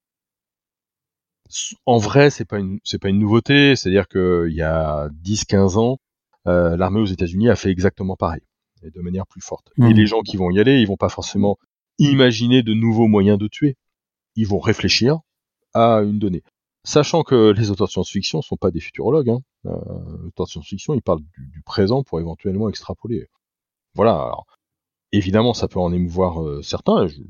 En vrai, c'est pas une c'est pas une nouveauté, c'est-à-dire que il y a dix quinze ans, euh, l'armée aux États-Unis a fait exactement pareil, et de manière plus forte. Et Hmm. les gens qui vont y aller, ils vont pas forcément imaginer de nouveaux moyens de tuer. Ils vont réfléchir à une donnée. Sachant que les auteurs de science-fiction sont pas des futurologues, hein. Euh, les auteurs de science-fiction, ils parlent du, du présent pour éventuellement extrapoler. Voilà. Alors, évidemment, ça peut en émouvoir euh, certains, je-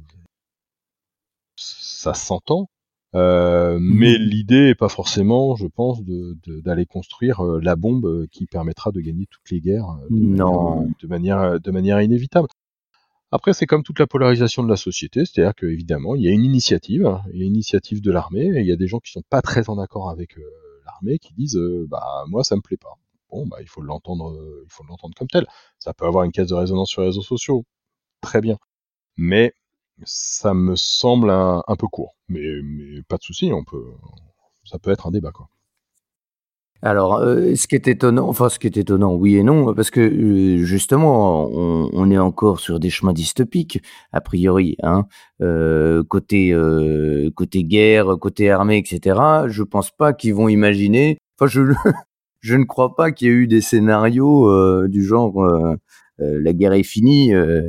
ça s'entend, euh, mais l'idée est pas forcément, je pense, de, de- d'aller construire euh, la bombe euh, qui permettra de gagner toutes les guerres euh, de manière, Non. euh, de manière, de manière inévitable. Après, c'est comme toute la polarisation de la société, c'est-à-dire qu'évidemment, il y a une initiative, hein, il y a une initiative de l'armée, et il y a des gens qui sont pas très en accord avec euh, l'armée, qui disent euh, bah moi ça me plaît pas. Bon bah il faut l'entendre, euh, il faut l'entendre comme tel. Ça peut avoir une caisse de résonance sur les réseaux sociaux, très bien, mais ça me semble un, un peu court. Mais, mais pas de souci, on peut, ça peut être un débat quoi. Alors, euh, ce qui est étonnant, enfin, ce qui est étonnant, oui et non, parce que euh, justement, on, on est encore sur des chemins dystopiques, a priori, hein, euh, côté euh, côté guerre, côté armée, et cetera. Je pense pas qu'ils vont imaginer. Enfin, je je ne crois pas qu'il y ait eu des scénarios euh, du genre euh, euh, la guerre est finie. Euh,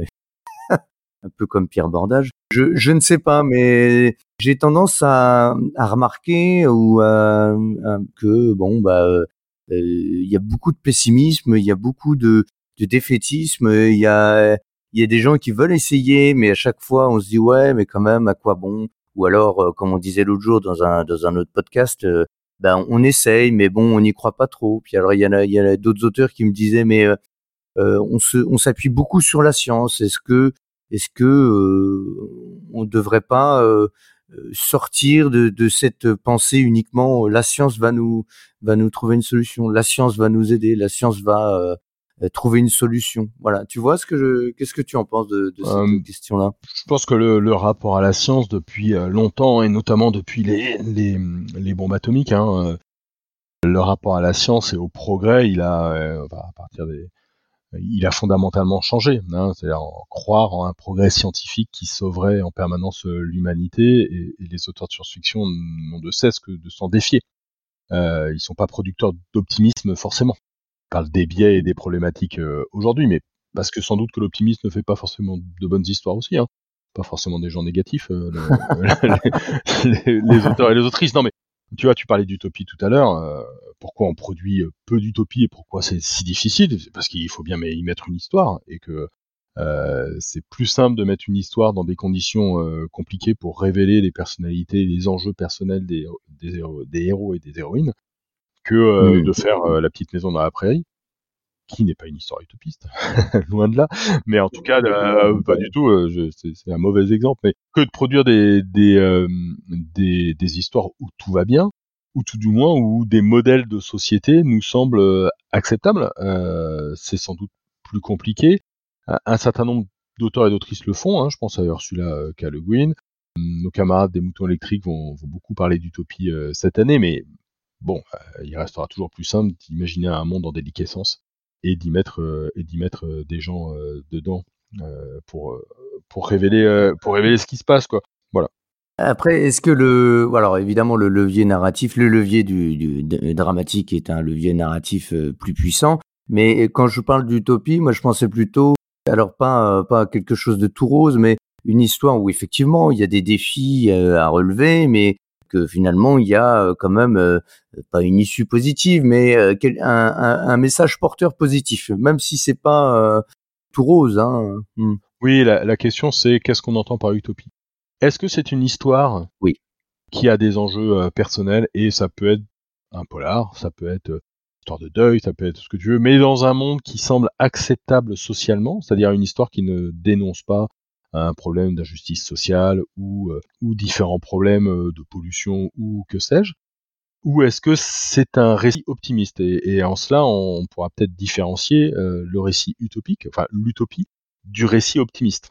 un peu comme Pierre Bordage. Je, je ne sais pas, mais j'ai tendance à, à remarquer ou à, à- que bon bah euh, il y a beaucoup de pessimisme, il y a beaucoup de, de défaitisme, il y a il y a des gens qui veulent essayer, mais à chaque fois on se dit ouais, mais quand même à quoi bon? Ou alors euh, comme on disait l'autre jour dans un dans un autre podcast, euh, ben on essaye, mais bon on n'y croit pas trop. Puis alors il y en a il y en a d'autres auteurs qui me disaient mais euh, euh, on se on s'appuie beaucoup sur la science. Est-ce que est-ce que euh, on devrait pas euh, euh, sortir de, de cette pensée uniquement euh, la science va nous va nous trouver une solution, la science va nous aider, la science va euh, euh, trouver une solution. Voilà, tu vois ce que je qu'est-ce que tu en penses de, de cette Euh, question-là? Je pense que le, le rapport à la science depuis euh, longtemps, et notamment depuis les, les, les bombes atomiques, hein, euh, le rapport à la science et au progrès, il a, euh, enfin, à partir des, il a fondamentalement changé. Hein, c'est-à-dire croire en un progrès scientifique qui sauverait en permanence euh, l'humanité, et, et les auteurs de science-fiction n'ont de cesse que de s'en défier. Euh, ils sont pas producteurs d'optimisme forcément. Ils parlent des biais et des problématiques euh, aujourd'hui, mais parce que sans doute que l'optimisme ne fait pas forcément de bonnes histoires aussi. Hein. Pas forcément des gens négatifs, euh, le, les, les auteurs et les autrices. Non mais tu vois, tu parlais d'utopie tout à l'heure. Euh, pourquoi on produit peu d'utopie et pourquoi c'est si difficile? C'est parce qu'il faut bien y mettre une histoire, et que euh, c'est plus simple de mettre une histoire dans des conditions euh, compliquées pour révéler les personnalités, les enjeux personnels des, des, des héros et des héroïnes, que euh, Mm. de faire euh, La Petite Maison dans la Prairie, qui n'est pas une histoire utopiste, loin de là, mais en tout cas, euh, pas du tout, euh, je, c'est, c'est un mauvais exemple, mais que de produire des, des, euh, des, des histoires où tout va bien, ou tout du moins où des modèles de société nous semblent euh, acceptables, euh, c'est sans doute plus compliqué. Un, un certain nombre d'auteurs et d'autrices le font, hein, je pense à Ursula euh, K. Le Guin. Nos camarades des Moutons électriques vont, vont beaucoup parler d'utopie euh, cette année, mais bon, euh, il restera toujours plus simple d'imaginer un monde en déliquescence et d'y mettre euh, et d'y mettre euh, des gens euh, dedans euh, pour euh, pour révéler euh, pour révéler ce qui se passe quoi. Voilà. Après, est-ce que le, alors évidemment le levier narratif, le levier du, du d- dramatique est un levier narratif euh, plus puissant, mais quand je parle d'utopie, moi je pensais plutôt, alors pas euh, pas quelque chose de tout rose, mais une histoire où effectivement il y a des défis euh, à relever, mais que finalement il y a euh, quand même euh, pas une issue positive, mais euh, quel- un, un, un message porteur positif, même si c'est pas euh, tout rose, hein. Hmm. Oui, la, la question c'est qu'est-ce qu'on entend par utopie? Est-ce que c'est une histoire Oui. qui a des enjeux euh, personnels, et ça peut être un polar, ça peut être euh, une histoire de deuil, ça peut être ce que tu veux, mais dans un monde qui semble acceptable socialement, c'est-à-dire une histoire qui ne dénonce pas un problème d'injustice sociale ou, euh, ou différents problèmes euh, de pollution ou que sais-je, ou est-ce que c'est un récit optimiste? et, et en cela, on pourra peut-être différencier euh, le récit utopique, enfin l'utopie, du récit optimiste.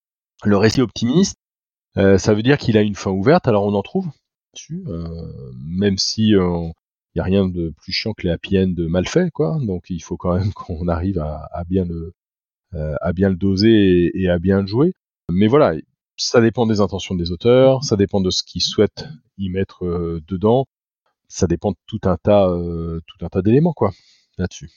Le récit optimiste, euh, ça veut dire qu'il a une fin ouverte, alors on en trouve dessus, euh, même si il euh, y a rien de plus chiant que les happy end mal faits, quoi. Donc il faut quand même qu'on arrive à, à bien le euh, à bien le doser et, et à bien le jouer. Mais voilà, ça dépend des intentions des auteurs, ça dépend de ce qu'ils souhaitent y mettre euh, dedans, ça dépend de tout un tas euh, tout un tas d'éléments, quoi, là-dessus.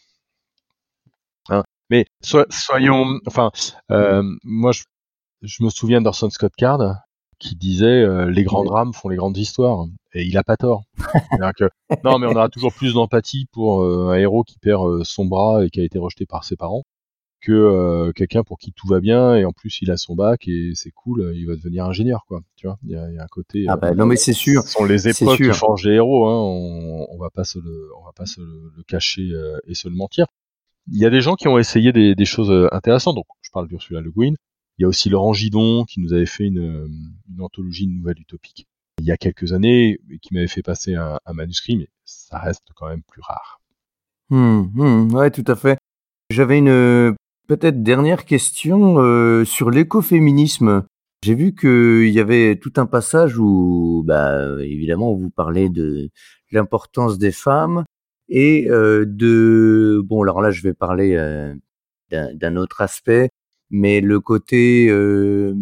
Hein. Mais so- soyons, enfin, euh, moi je, je me souviens d'Orson Scott Card qui disait euh, les grands drames font les grandes histoires, et il a pas tort. C'est-à-dire que, non, mais on aura toujours plus d'empathie pour euh, un héros qui perd euh, son bras et qui a été rejeté par ses parents que euh, quelqu'un pour qui tout va bien et en plus il a son bac et c'est cool, il va devenir ingénieur, quoi. Tu vois, il y a, il y a un côté. Ah bah euh, non mais c'est sûr. Ce sont les épreuves qui forgent les héros. Hein. On, on va pas se le, on va pas se le, le cacher euh, et se le mentir. Il y a des gens qui ont essayé des, des choses intéressantes. Donc je parle d'Ursula Le Guin. Il y a aussi Laurent Gidon qui nous avait fait une, une anthologie, une nouvelle utopique il y a quelques années, qui m'avait fait passer un, un manuscrit, mais ça reste quand même plus rare. Mmh, mmh, ouais, tout à fait. J'avais une peut-être dernière question euh, sur l'écoféminisme. J'ai vu qu'il y avait tout un passage où, bah, évidemment, vous parlez de l'importance des femmes et euh, de... Bon, alors là, je vais parler euh, d'un, d'un autre aspect, mais le côté... Euh,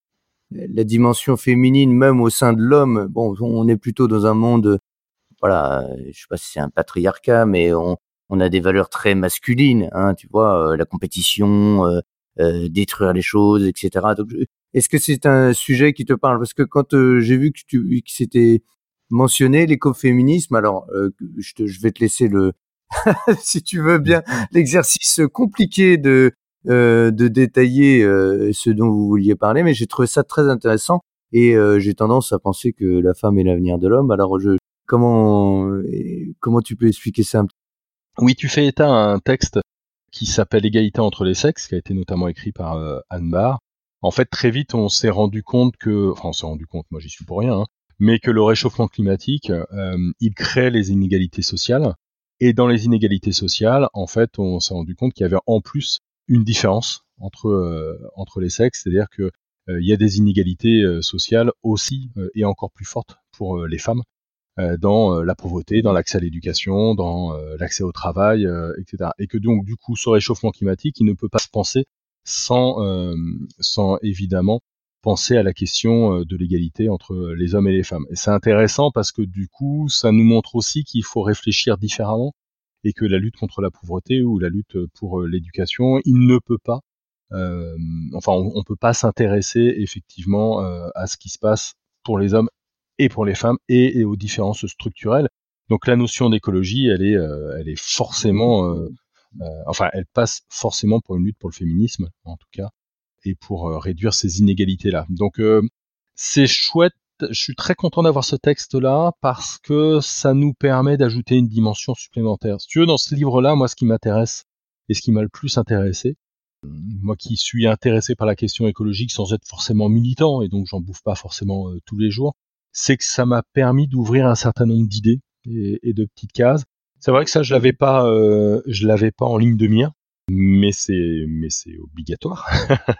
la dimension féminine, même au sein de l'homme. Bon, on est plutôt dans un monde... Voilà, je sais pas si c'est un patriarcat, mais on... on a des valeurs très masculines, hein, tu vois, euh, la compétition, euh, euh, détruire les choses, et cetera. Donc, est-ce que c'est un sujet qui te parle? Parce que quand euh, j'ai vu que tu que c'était mentionné l'écoféminisme, alors euh, je, te, je vais te laisser le, si tu veux bien, l'exercice compliqué de euh, de détailler euh, ce dont vous vouliez parler, mais j'ai trouvé ça très intéressant et euh, j'ai tendance à penser que la femme est l'avenir de l'homme. Alors, je comment comment tu peux expliquer ça un petit peu? Oui, tu fais état à un texte qui s'appelle Égalité entre les sexes, qui a été notamment écrit par euh, Anne Barr. En fait, très vite, on s'est rendu compte que, enfin, on s'est rendu compte, moi j'y suis pour rien, hein, mais que le réchauffement climatique, euh, il crée les inégalités sociales. Et dans les inégalités sociales, en fait, on s'est rendu compte qu'il y avait en plus une différence entre euh, entre les sexes, c'est-à-dire que euh, il y a des inégalités euh, sociales aussi euh, et encore plus fortes pour euh, les femmes. Dans la pauvreté, dans l'accès à l'éducation, dans l'accès au travail, et cetera. Et que donc du coup, ce réchauffement climatique, il ne peut pas se penser sans, euh, sans évidemment penser à la question de l'égalité entre les hommes et les femmes. Et c'est intéressant parce que du coup, ça nous montre aussi qu'il faut réfléchir différemment et que la lutte contre la pauvreté ou la lutte pour l'éducation, il ne peut pas, euh, enfin, on, on peut pas s'intéresser effectivement euh, à ce qui se passe pour les hommes et pour les femmes et, et aux différences structurelles. Donc la notion d'écologie, elle est, euh, elle est forcément, euh, euh, enfin, elle passe forcément pour une lutte pour le féminisme, en tout cas, et pour euh, réduire ces inégalités-là. Donc euh, c'est chouette. Je suis très content d'avoir ce texte-là parce que ça nous permet d'ajouter une dimension supplémentaire. Si tu veux, dans ce livre-là, moi, ce qui m'intéresse et ce qui m'a le plus intéressé, moi qui suis intéressé par la question écologique sans être forcément militant et donc j'en bouffe pas forcément euh, tous les jours, c'est que ça m'a permis d'ouvrir un certain nombre d'idées et, et de petites cases. C'est vrai que ça, je l'avais pas, euh, je l'avais pas en ligne de mire, mais c'est, mais c'est obligatoire,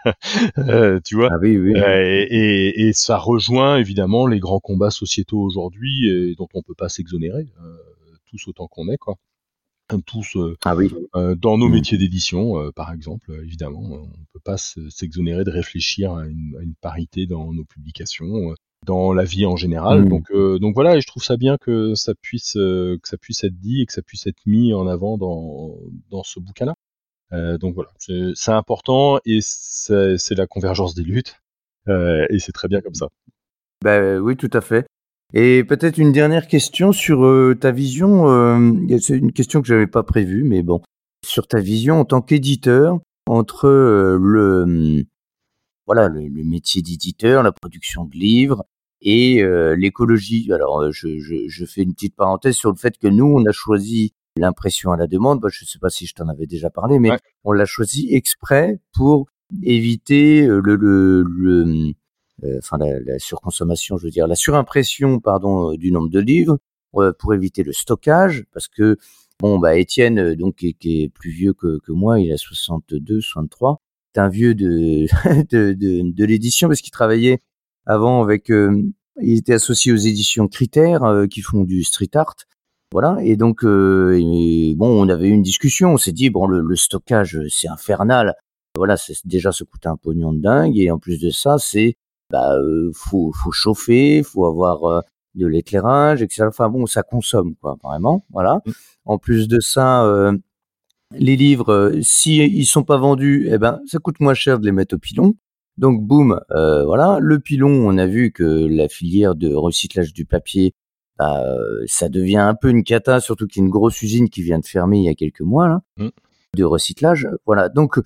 euh, tu vois. Ah oui, oui. Euh, et, et, et ça rejoint évidemment les grands combats sociétaux aujourd'hui et dont on peut pas s'exonérer, euh, tous autant qu'on est, quoi. Tous euh, ah oui. euh, dans nos mmh. métiers d'édition, euh, par exemple, évidemment, on peut pas s'exonérer de réfléchir à une, à une parité dans nos publications. Euh, dans la vie en général. Mmh. Donc, euh, donc voilà, et je trouve ça bien que ça puisse, euh, que ça puisse être dit et que ça puisse être mis en avant dans, dans ce bouquin-là. Euh, donc voilà, c'est, c'est important et c'est, c'est la convergence des luttes euh, et c'est très bien comme ça. Bah oui, tout à fait. Et peut-être une dernière question sur euh, ta vision. Euh, c'est une question que j'avais pas prévue, mais bon, sur ta vision en tant qu'éditeur entre euh, le Voilà, le, le métier d'éditeur, la production de livres et euh, l'écologie. Alors, je, je, je fais une petite parenthèse sur le fait que nous, on a choisi l'impression à la demande. Bah, je ne sais pas si je t'en avais déjà parlé, mais ouais. On l'a choisi exprès pour éviter le, le, le euh, enfin la, la surconsommation, je veux dire, la surimpression, pardon, du nombre de livres, euh, pour éviter le stockage, parce que bon, bah Étienne, donc qui, qui est plus vieux que, que moi, il a soixante-deux, soixante-trois. C'est un vieux de, de, de, de l'édition parce qu'il travaillait avant avec, euh, il était associé aux éditions Critères euh, qui font du street art. Voilà. Et donc, euh, et, bon, on avait eu une discussion. On s'est dit, bon, le, le stockage, c'est infernal. Voilà, c'est déjà ça coûte un pognon de dingue. Et en plus de ça, c'est, bah, euh, faut, faut chauffer, faut avoir euh, de l'éclairage, et cetera. Enfin bon, ça consomme, quoi, vraiment. Voilà. Mmh. En plus de ça, euh, les livres, euh, si ils sont pas vendus, eh ben ça coûte moins cher de les mettre au pilon. Donc boum, euh, voilà. Le pilon, on a vu que la filière de recyclage du papier, bah, euh, ça devient un peu une cata, surtout qu'il y a une grosse usine qui vient de fermer il y a quelques mois là, mmh. de recyclage. Voilà. Donc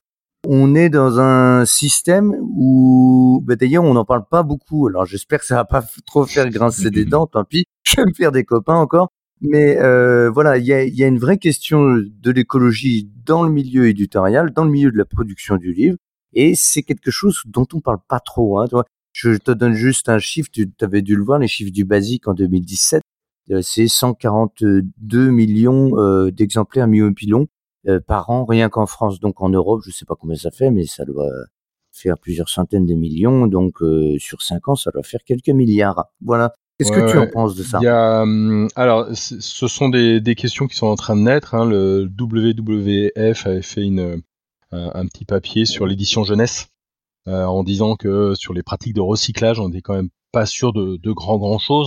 on est dans un système où, bah d'ailleurs, on n'en parle pas beaucoup. Alors, j'espère que ça va pas trop faire grincer des dents. Tant pis, je vais me faire des copains encore. Mais euh, voilà, il y a, y a une vraie question de l'écologie dans le milieu éditorial, dans le milieu de la production du livre, et c'est quelque chose dont on parle pas trop. Hein, toi. Je te donne juste un chiffre, tu avais dû le voir, les chiffres du Basique en deux mille dix-sept, euh, c'est cent quarante-deux millions euh, d'exemplaires myopilon euh, par an, rien qu'en France. Donc en Europe, je sais pas combien ça fait, mais ça doit faire plusieurs centaines de millions. Donc euh, sur cinq ans, ça doit faire quelques milliards. Voilà. Qu'est-ce Ouais, que tu ouais. en penses de ça? Il y a, hum, alors, c- ce sont des, des questions qui sont en train de naître. Hein. Le W W F avait fait une, un, un petit papier sur l'édition jeunesse euh, en disant que sur les pratiques de recyclage, on n'était quand même pas sûr de, de grand grand chose.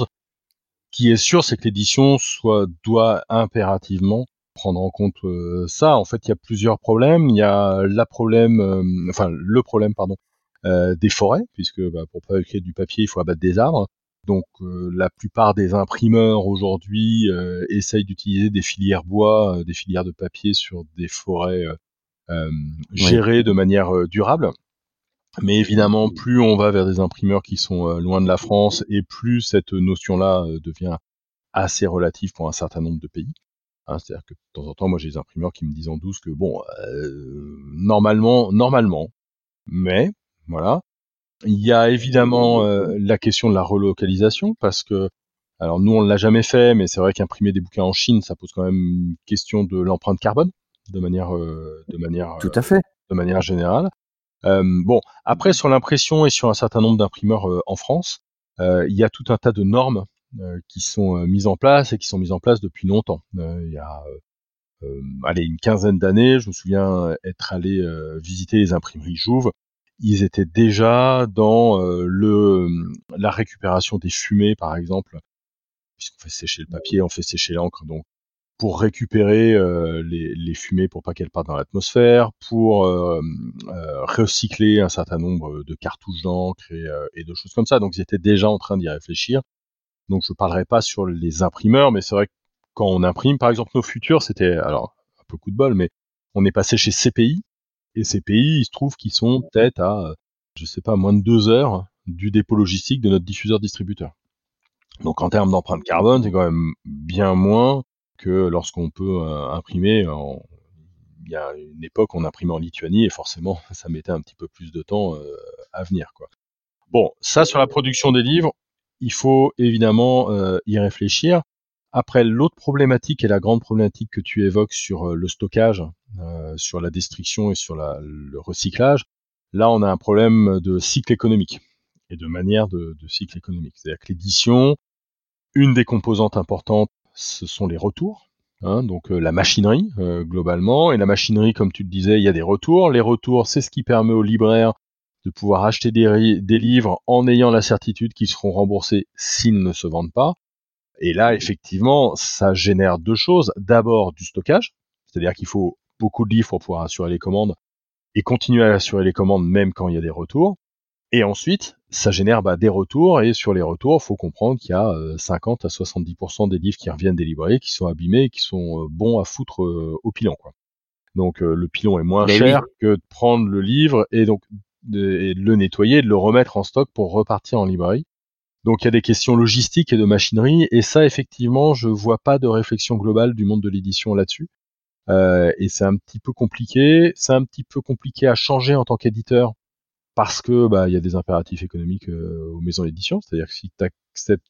Ce qui est sûr, c'est que l'édition soit doit impérativement prendre en compte euh, ça. En fait, il y a plusieurs problèmes. Il y a la problème, euh, enfin le problème, pardon, euh, des forêts, puisque bah, pour fabriquer du papier, il faut abattre des arbres. Donc euh, la plupart des imprimeurs aujourd'hui euh, essayent d'utiliser des filières bois, euh, des filières de papier sur des forêts euh, euh, gérées de manière euh, durable. Mais évidemment, plus on va vers des imprimeurs qui sont euh, loin de la France, et plus cette notion-là euh, devient assez relative pour un certain nombre de pays. Hein, c'est-à-dire que de temps en temps, moi j'ai des imprimeurs qui me disent en douce que bon, euh, normalement, normalement, mais voilà. Il y a évidemment euh, la question de la relocalisation, parce que, alors nous on l'a jamais fait, mais c'est vrai qu'imprimer des bouquins en Chine, ça pose quand même une question de l'empreinte carbone, de manière, euh, de manière, Tout euh, à fait. de manière générale. Euh, bon, après sur l'impression et sur un certain nombre d'imprimeurs euh, en France, euh, il y a tout un tas de normes euh, qui sont euh, mises en place et qui sont mises en place depuis longtemps. Euh, il y a euh, allez, une quinzaine d'années, je me souviens être allé euh, visiter les imprimeries Jouve. Ils étaient déjà dans euh, le la récupération des fumées, par exemple, puisqu'on fait sécher le papier, on fait sécher l'encre, donc pour récupérer euh, les, les fumées pour pas qu'elles partent dans l'atmosphère, pour euh, euh, recycler un certain nombre de cartouches d'encre et, euh, et de choses comme ça. Donc ils étaient déjà en train d'y réfléchir. Donc je parlerai pas sur les imprimeurs, mais c'est vrai que quand on imprime, par exemple nos futurs, c'était alors un peu coup de bol, mais on est passé chez C P I, et C P I, il se trouve qu'ils sont peut-être à, je sais pas, moins de deux heures du dépôt logistique de notre diffuseur-distributeur. Donc en termes d'empreinte carbone, c'est quand même bien moins que lorsqu'on peut euh, imprimer. En... Il y a une époque, on imprimait en Lituanie et forcément, ça mettait un petit peu plus de temps euh, à venir, quoi. Bon, ça sur la production des livres, il faut évidemment euh, y réfléchir. Après, l'autre problématique et la grande problématique que tu évoques sur euh, le stockage, euh, sur la destruction et sur la, le recyclage, là, on a un problème de cycle économique et de manière de, de cycle économique. C'est-à-dire que l'édition, une des composantes importantes, ce sont les retours. Hein, donc euh, la machinerie euh, globalement, et la machinerie, comme tu le disais, il y a des retours. Les retours, c'est ce qui permet aux libraires de pouvoir acheter des, des livres en ayant la certitude qu'ils seront remboursés s'ils ne se vendent pas. Et là, effectivement, ça génère deux choses. D'abord, du stockage, c'est-à-dire qu'il faut beaucoup de livres pour pouvoir assurer les commandes et continuer à assurer les commandes même quand il y a des retours. Et ensuite, ça génère bah, des retours, et sur les retours, il faut comprendre qu'il y a euh, cinquante à soixante-dix pour cent des livres qui reviennent des librairies, qui sont abîmés et qui sont euh, bons à foutre euh, au pilon, quoi. Donc euh, le pilon est moins Mais cher oui. que de prendre le livre et donc de, et de le nettoyer, de le remettre en stock pour repartir en librairie. Donc il y a des questions logistiques et de machinerie, et ça effectivement, je vois pas de réflexion globale du monde de l'édition là-dessus. Euh, et c'est un petit peu compliqué. C'est un petit peu compliqué à changer en tant qu'éditeur, parce que bah il y a des impératifs économiques euh, aux maisons d'édition. C'est-à-dire que si tu acceptes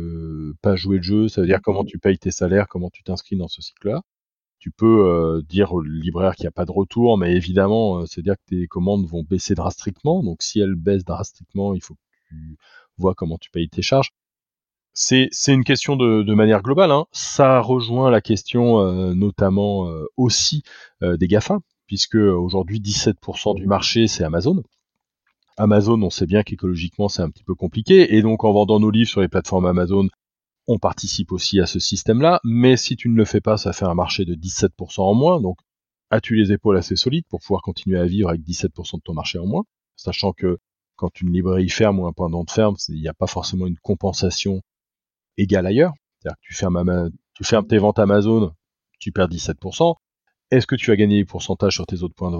de pas jouer le jeu, ça veut dire comment tu payes tes salaires, comment tu t'inscris dans ce cycle-là. Tu peux euh, dire au libraire qu'il n'y a pas de retour, mais évidemment, euh, c'est-à-dire que tes commandes vont baisser drastiquement. Donc si elles baissent drastiquement, il faut que tu vois comment tu payes tes charges. C'est, c'est une question de, de manière globale. Hein. Ça rejoint la question euh, notamment euh, aussi euh, des GAFA, puisque aujourd'hui dix-sept pour cent du marché, c'est Amazon. Amazon, on sait bien qu'écologiquement, c'est un petit peu compliqué, et donc en vendant nos livres sur les plateformes Amazon, on participe aussi à ce système-là, mais si tu ne le fais pas, ça fait un marché de dix-sept pour cent en moins, donc as-tu les épaules assez solides pour pouvoir continuer à vivre avec dix-sept pour cent de ton marché en moins, sachant que quand une librairie ferme ou un point de vente ferme, il n'y a pas forcément une compensation égale ailleurs. C'est-à-dire que tu fermes, tu fermes tes ventes Amazon, tu perds dix-sept pour cent. Est-ce que tu as gagné des pourcentages sur tes autres points de vente?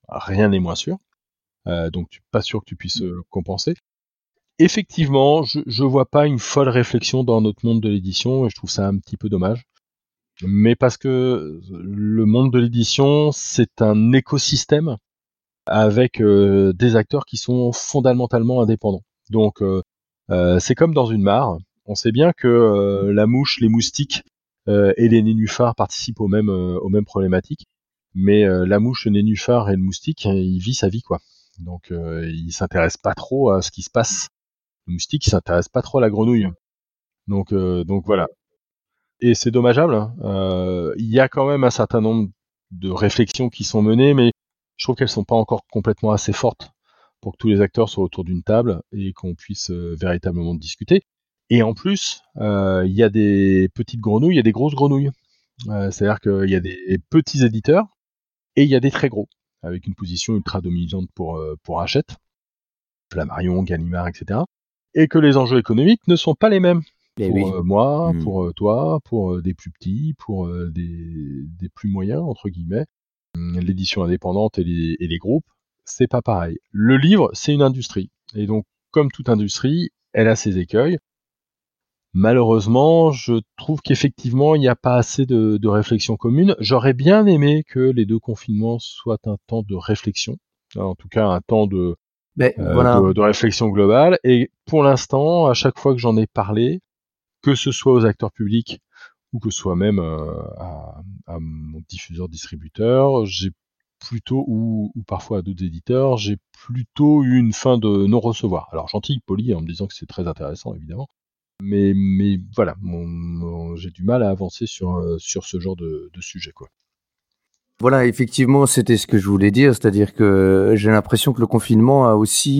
rien n'est moins sûr. Euh, donc, tu pas sûr que tu puisses euh, compenser. Effectivement, je, je vois pas une folle réflexion dans notre monde de l'édition, et je trouve ça un petit peu dommage. Mais parce que le monde de l'édition, c'est un écosystème avec euh, des acteurs qui sont fondamentalement indépendants. Donc, euh, euh, c'est comme dans une mare. On sait bien que euh, la mouche, les moustiques euh, et les nénuphars participent aux mêmes, euh, aux mêmes problématiques. Mais euh, la mouche, le nénuphar et le moustique, il vit sa vie, quoi. Donc, euh, il s'intéresse pas trop à ce qui se passe. Le moustique, il s'intéresse pas trop à la grenouille. Donc, euh, donc voilà. Et c'est dommageable. Hein. Euh, il y a quand même un certain nombre de réflexions qui sont menées, mais je trouve qu'elles sont pas encore complètement assez fortes pour que tous les acteurs soient autour d'une table et qu'on puisse euh, véritablement discuter. Et en plus, euh, il y a des petites grenouilles, il y a des grosses grenouilles. Euh, c'est-à-dire qu'il y a des petits éditeurs et il y a des très gros, avec une position ultra dominante pour, euh, pour Hachette, Flammarion, Gallimard, et cetera. Et que les enjeux économiques ne sont pas les mêmes. Eh Pour oui. euh, moi, Mm. pour euh, toi, pour euh, des plus petits, pour euh, des, des plus moyens, entre guillemets. Hum, L'édition indépendante et les, et les groupes, c'est pas pareil. Le livre, c'est une industrie. Et donc, comme toute industrie, elle a ses écueils. Malheureusement, je trouve qu'effectivement, il n'y a pas assez de, de réflexion commune. J'aurais bien aimé que les deux confinements soient un temps de réflexion, en tout cas un temps de, Ben euh, voilà. de, de réflexion globale. Et pour l'instant, à chaque fois que j'en ai parlé, que ce soit aux acteurs publics ou que ce soit même euh, à, à mon diffuseur-distributeur, j'ai plutôt, ou, ou parfois à d'autres éditeurs, j'ai plutôt eu une fin de non-recevoir. Alors gentil, poli, en me disant que c'est très intéressant, évidemment. Mais, mais voilà, mon, mon- j'ai du mal à avancer sur, euh, sur ce genre de, de sujet, quoi. Voilà, effectivement, c'était ce que je voulais dire, c'est-à-dire que j'ai l'impression que le confinement a aussi,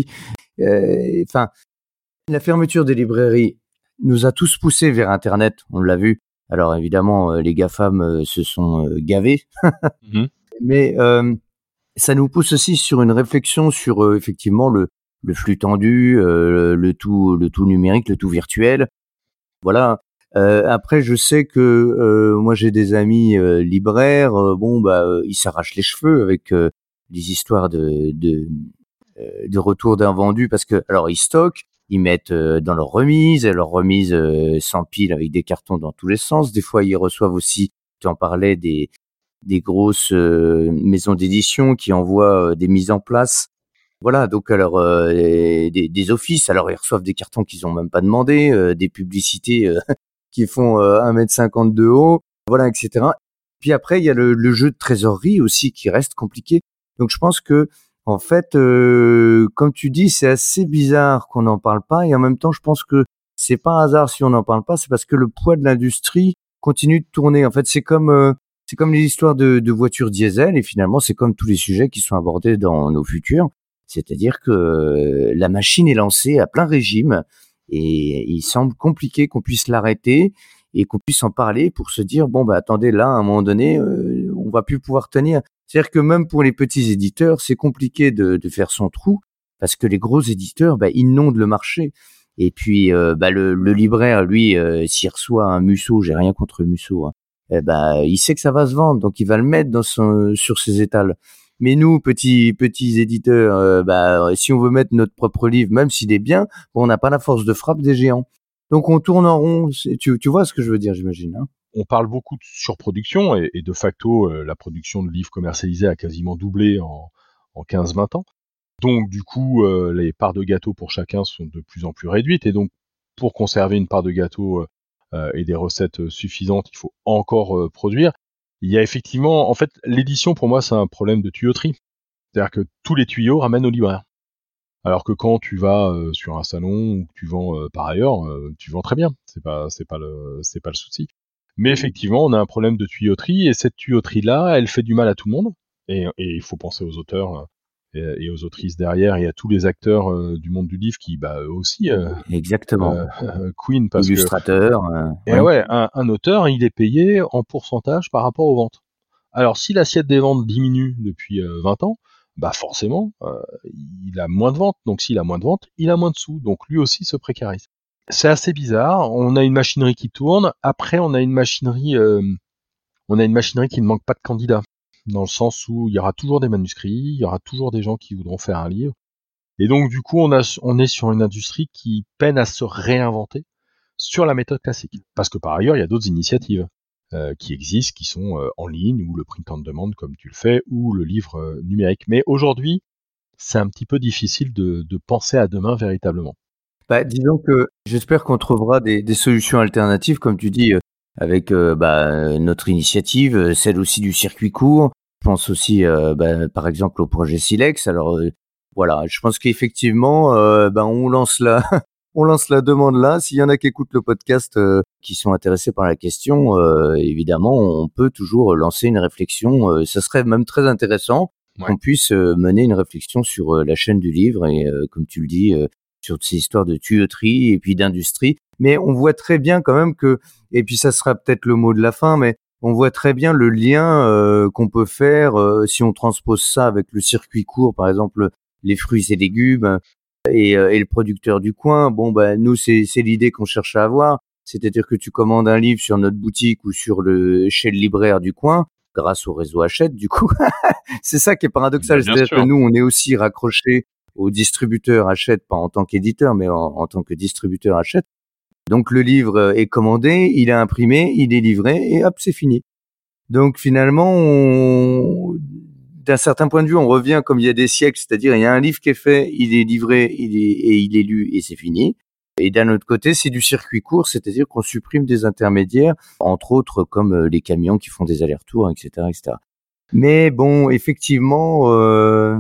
euh, enfin, la fermeture des librairies nous a tous poussés vers Internet, on l'a vu. Alors évidemment, euh, les GAFAM euh, se sont euh, gavés, Mhm. mais euh, ça nous pousse aussi sur une réflexion sur euh, effectivement le, le flux tendu, euh, le tout, le tout numérique, le tout virtuel. Voilà. Euh, après, je sais que euh, moi j'ai des amis euh, libraires. euh, bon, bah, euh, ils s'arrachent les cheveux avec euh, des histoires de de, euh, de retour d'invendus parce que alors ils stockent, ils mettent euh, dans leurs remises, et leurs remises euh, s'empilent avec des cartons dans tous les sens. Des fois, ils reçoivent aussi, tu en parlais, des des grosses euh, maisons d'édition qui envoient euh, des mises en place. Voilà, donc alors euh, des, des offices, alors ils reçoivent des cartons qu'ils ont même pas demandé, euh, des publicités euh, qui font euh, un mètre cinquante de haut, voilà, et cetera. Puis après, il y a le, le jeu de trésorerie aussi qui reste compliqué. Donc je pense que en fait, euh, comme tu dis, c'est assez bizarre qu'on n'en parle pas, et en même temps, je pense que c'est pas un hasard si on n'en parle pas, c'est parce que le poids de l'industrie continue de tourner. En fait, c'est comme euh, c'est comme les histoires de, de voitures diesel, et finalement, c'est comme tous les sujets qui sont abordés dans nos futurs. C'est-à-dire que euh, la machine est lancée à plein régime et il semble compliqué qu'on puisse l'arrêter et qu'on puisse en parler pour se dire bon bah attendez, là à un moment donné euh, on va plus pouvoir tenir. C'est-à-dire que même pour les petits éditeurs c'est compliqué de, de faire son trou parce que les gros éditeurs bah, inondent le marché. Et puis euh, bah, le, le libraire lui euh, s'il reçoit un Musso, j'ai rien contre Musso, hein, eh bah, il sait que ça va se vendre donc il va le mettre dans son, sur ses étals. Mais nous, petits petits éditeurs, euh, bah, si on veut mettre notre propre livre, même s'il est bien, bon, on n'a pas la force de frappe des géants. Donc on tourne en rond. C'est- Tu, tu vois ce que je veux dire, j'imagine. Hein. On parle beaucoup de surproduction et, et de facto, euh, la production de livres commercialisés a quasiment doublé en, en quinze vingt ans. Donc du coup, euh, les parts de gâteau pour chacun sont de plus en plus réduites et donc pour conserver une part de gâteau euh, et des recettes suffisantes, il faut encore euh, produire. Il y a effectivement, en fait, l'édition pour moi c'est un problème de tuyauterie, c'est-à-dire que tous les tuyaux ramènent au libraire. Alors que quand tu vas euh, sur un salon ou que tu vends euh, par ailleurs, euh, tu vends très bien. C'est pas, c'est pas le, c'est pas le souci. Mais effectivement, on a un problème de tuyauterie et cette tuyauterie-là, elle fait du mal à tout le monde. Et, et il faut penser aux auteurs euh, et, et aux autrices derrière et à tous les acteurs euh, du monde du livre qui, bah, eux aussi, euh, Exactement. euh, Queen, parce que Illustrateur. Euh, et ouais. ouais, un, un auteur, il est payé en pourcentage par rapport aux ventes. Alors, si l'assiette des ventes diminue depuis euh, vingt ans, bah forcément, euh, il a moins de ventes. Donc, s'il a moins de ventes, il a moins de sous. Donc, lui aussi se précarise. C'est assez bizarre. On a une machinerie qui tourne. Après, on a une machinerie, euh, on a une machinerie qui ne manque pas de candidats. dans le sens où il y aura toujours des manuscrits, il y aura toujours des gens qui voudront faire un livre. Et donc, du coup, on, a, on est sur une industrie qui peine à se réinventer sur la méthode classique. Parce que par ailleurs, il y a d'autres initiatives euh, qui existent, qui sont euh, en ligne, ou le print on demand, comme tu le fais, ou le livre euh, numérique. Mais aujourd'hui, c'est un petit peu difficile de, de penser à demain véritablement. Bah, disons que j'espère qu'on trouvera des, des solutions alternatives, comme tu dis, euh, avec euh, bah, notre initiative, euh, celle aussi du circuit court. Je pense aussi, euh, bah, par exemple, au projet Silex. Alors euh, voilà, je pense qu'effectivement, euh, bah, on lance la, on lance la demande là. S'il y en a qui écoutent le podcast, euh, qui sont intéressés par la question, euh, évidemment, on peut toujours lancer une réflexion. Euh, ça serait même très intéressant ouais. qu'on puisse euh, mener une réflexion sur euh, la chaîne du livre et, euh, comme tu le dis, euh, sur ces histoires de tuyauterie et puis d'industrie. Mais on voit très bien quand même que, et puis ça sera peut-être le mot de la fin, mais on voit très bien le lien euh, qu'on peut faire euh, si on transpose ça avec le circuit court, par exemple les fruits et légumes et, euh, et le producteur du coin. Bon, ben nous c'est c'est l'idée qu'on cherche à avoir, c'est-à-dire que tu commandes un livre sur notre boutique ou sur le chez le libraire du coin, grâce au réseau Hachette. Du coup, c'est ça qui est paradoxal, bien c'est-à-dire sûr. que nous on est aussi raccrochés au distributeur Hachette, pas en tant qu'éditeur, mais en, en tant que distributeur Hachette. Donc le livre est commandé, il est imprimé, il est livré et hop, c'est fini. Donc finalement, on, d'un certain point de vue, on revient comme il y a des siècles, c'est-à-dire il y a un livre qui est fait, il est livré, il est, et il est lu et c'est fini. Et d'un autre côté, c'est du circuit court, c'est-à-dire qu'on supprime des intermédiaires, entre autres comme les camions qui font des allers-retours, et cetera, et cetera. Mais bon, effectivement, euh,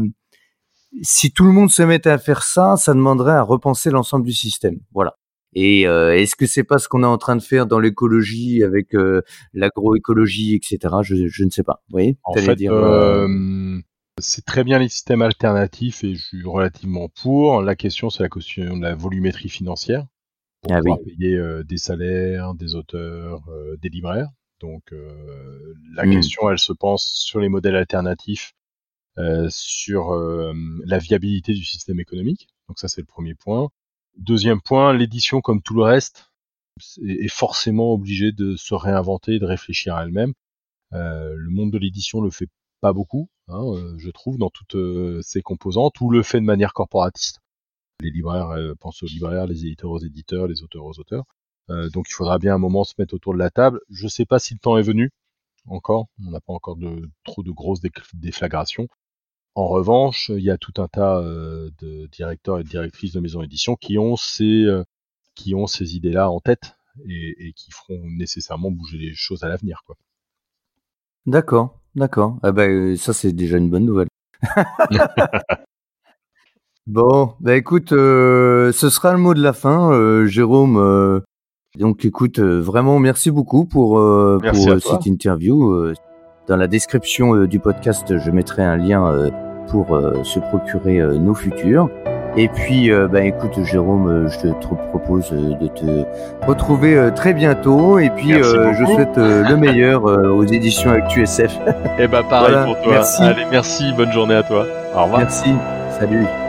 si tout le monde se mettait à faire ça, ça demanderait à repenser l'ensemble du système. Voilà. Et euh, est-ce que c'est pas ce qu'on est en train de faire dans l'écologie avec euh, l'agroécologie, et cetera. Je, je ne sais pas. Vous voyez, en fait, dire, euh... Euh, c'est très bien les systèmes alternatifs et je suis relativement pour. La question, c'est la question de la volumétrie financière pour ah pouvoir oui. payer euh, des salaires, des auteurs, euh, des libraires. Donc, euh, la mmh. question, elle se pense sur les modèles alternatifs, euh, sur euh, la viabilité du système économique. Donc ça, c'est le premier point. Deuxième point, l'édition, comme tout le reste, est forcément obligée de se réinventer, de réfléchir à elle-même. Euh, le monde de l'édition le fait pas beaucoup, hein, je trouve, dans toutes euh, ses composantes, ou le fait de manière corporatiste. Les libraires euh, pensent aux libraires, les éditeurs aux éditeurs, les auteurs aux auteurs. Euh, donc il faudra bien un moment se mettre autour de la table. Je sais pas si le temps est venu, encore. On n'a pas encore de, trop de grosses déflagrations. En revanche, il y a tout un tas euh, de directeurs et de directrices de maisons d'édition qui ont ces euh, qui ont ces idées-là en tête et, et qui feront nécessairement bouger les choses à l'avenir, quoi. D'accord, d'accord. Ah ben ça c'est déjà une bonne nouvelle. Bon, bah écoute, euh, ce sera le mot de la fin, euh, Jérôme. Euh, donc écoute, euh, vraiment merci beaucoup pour euh, merci pour cette interview. Euh, dans la description euh, du podcast, je mettrai un lien. Euh, pour euh, se procurer euh, nos futurs. Et puis, euh, bah, écoute, Jérôme, euh, je te propose euh, de te retrouver euh, très bientôt. Et puis, euh, je souhaite euh, le meilleur euh, aux éditions ActuSF. Et bah, pareil voilà, pour toi. Merci. Allez, merci. Bonne journée à toi. Au revoir. Merci. Salut.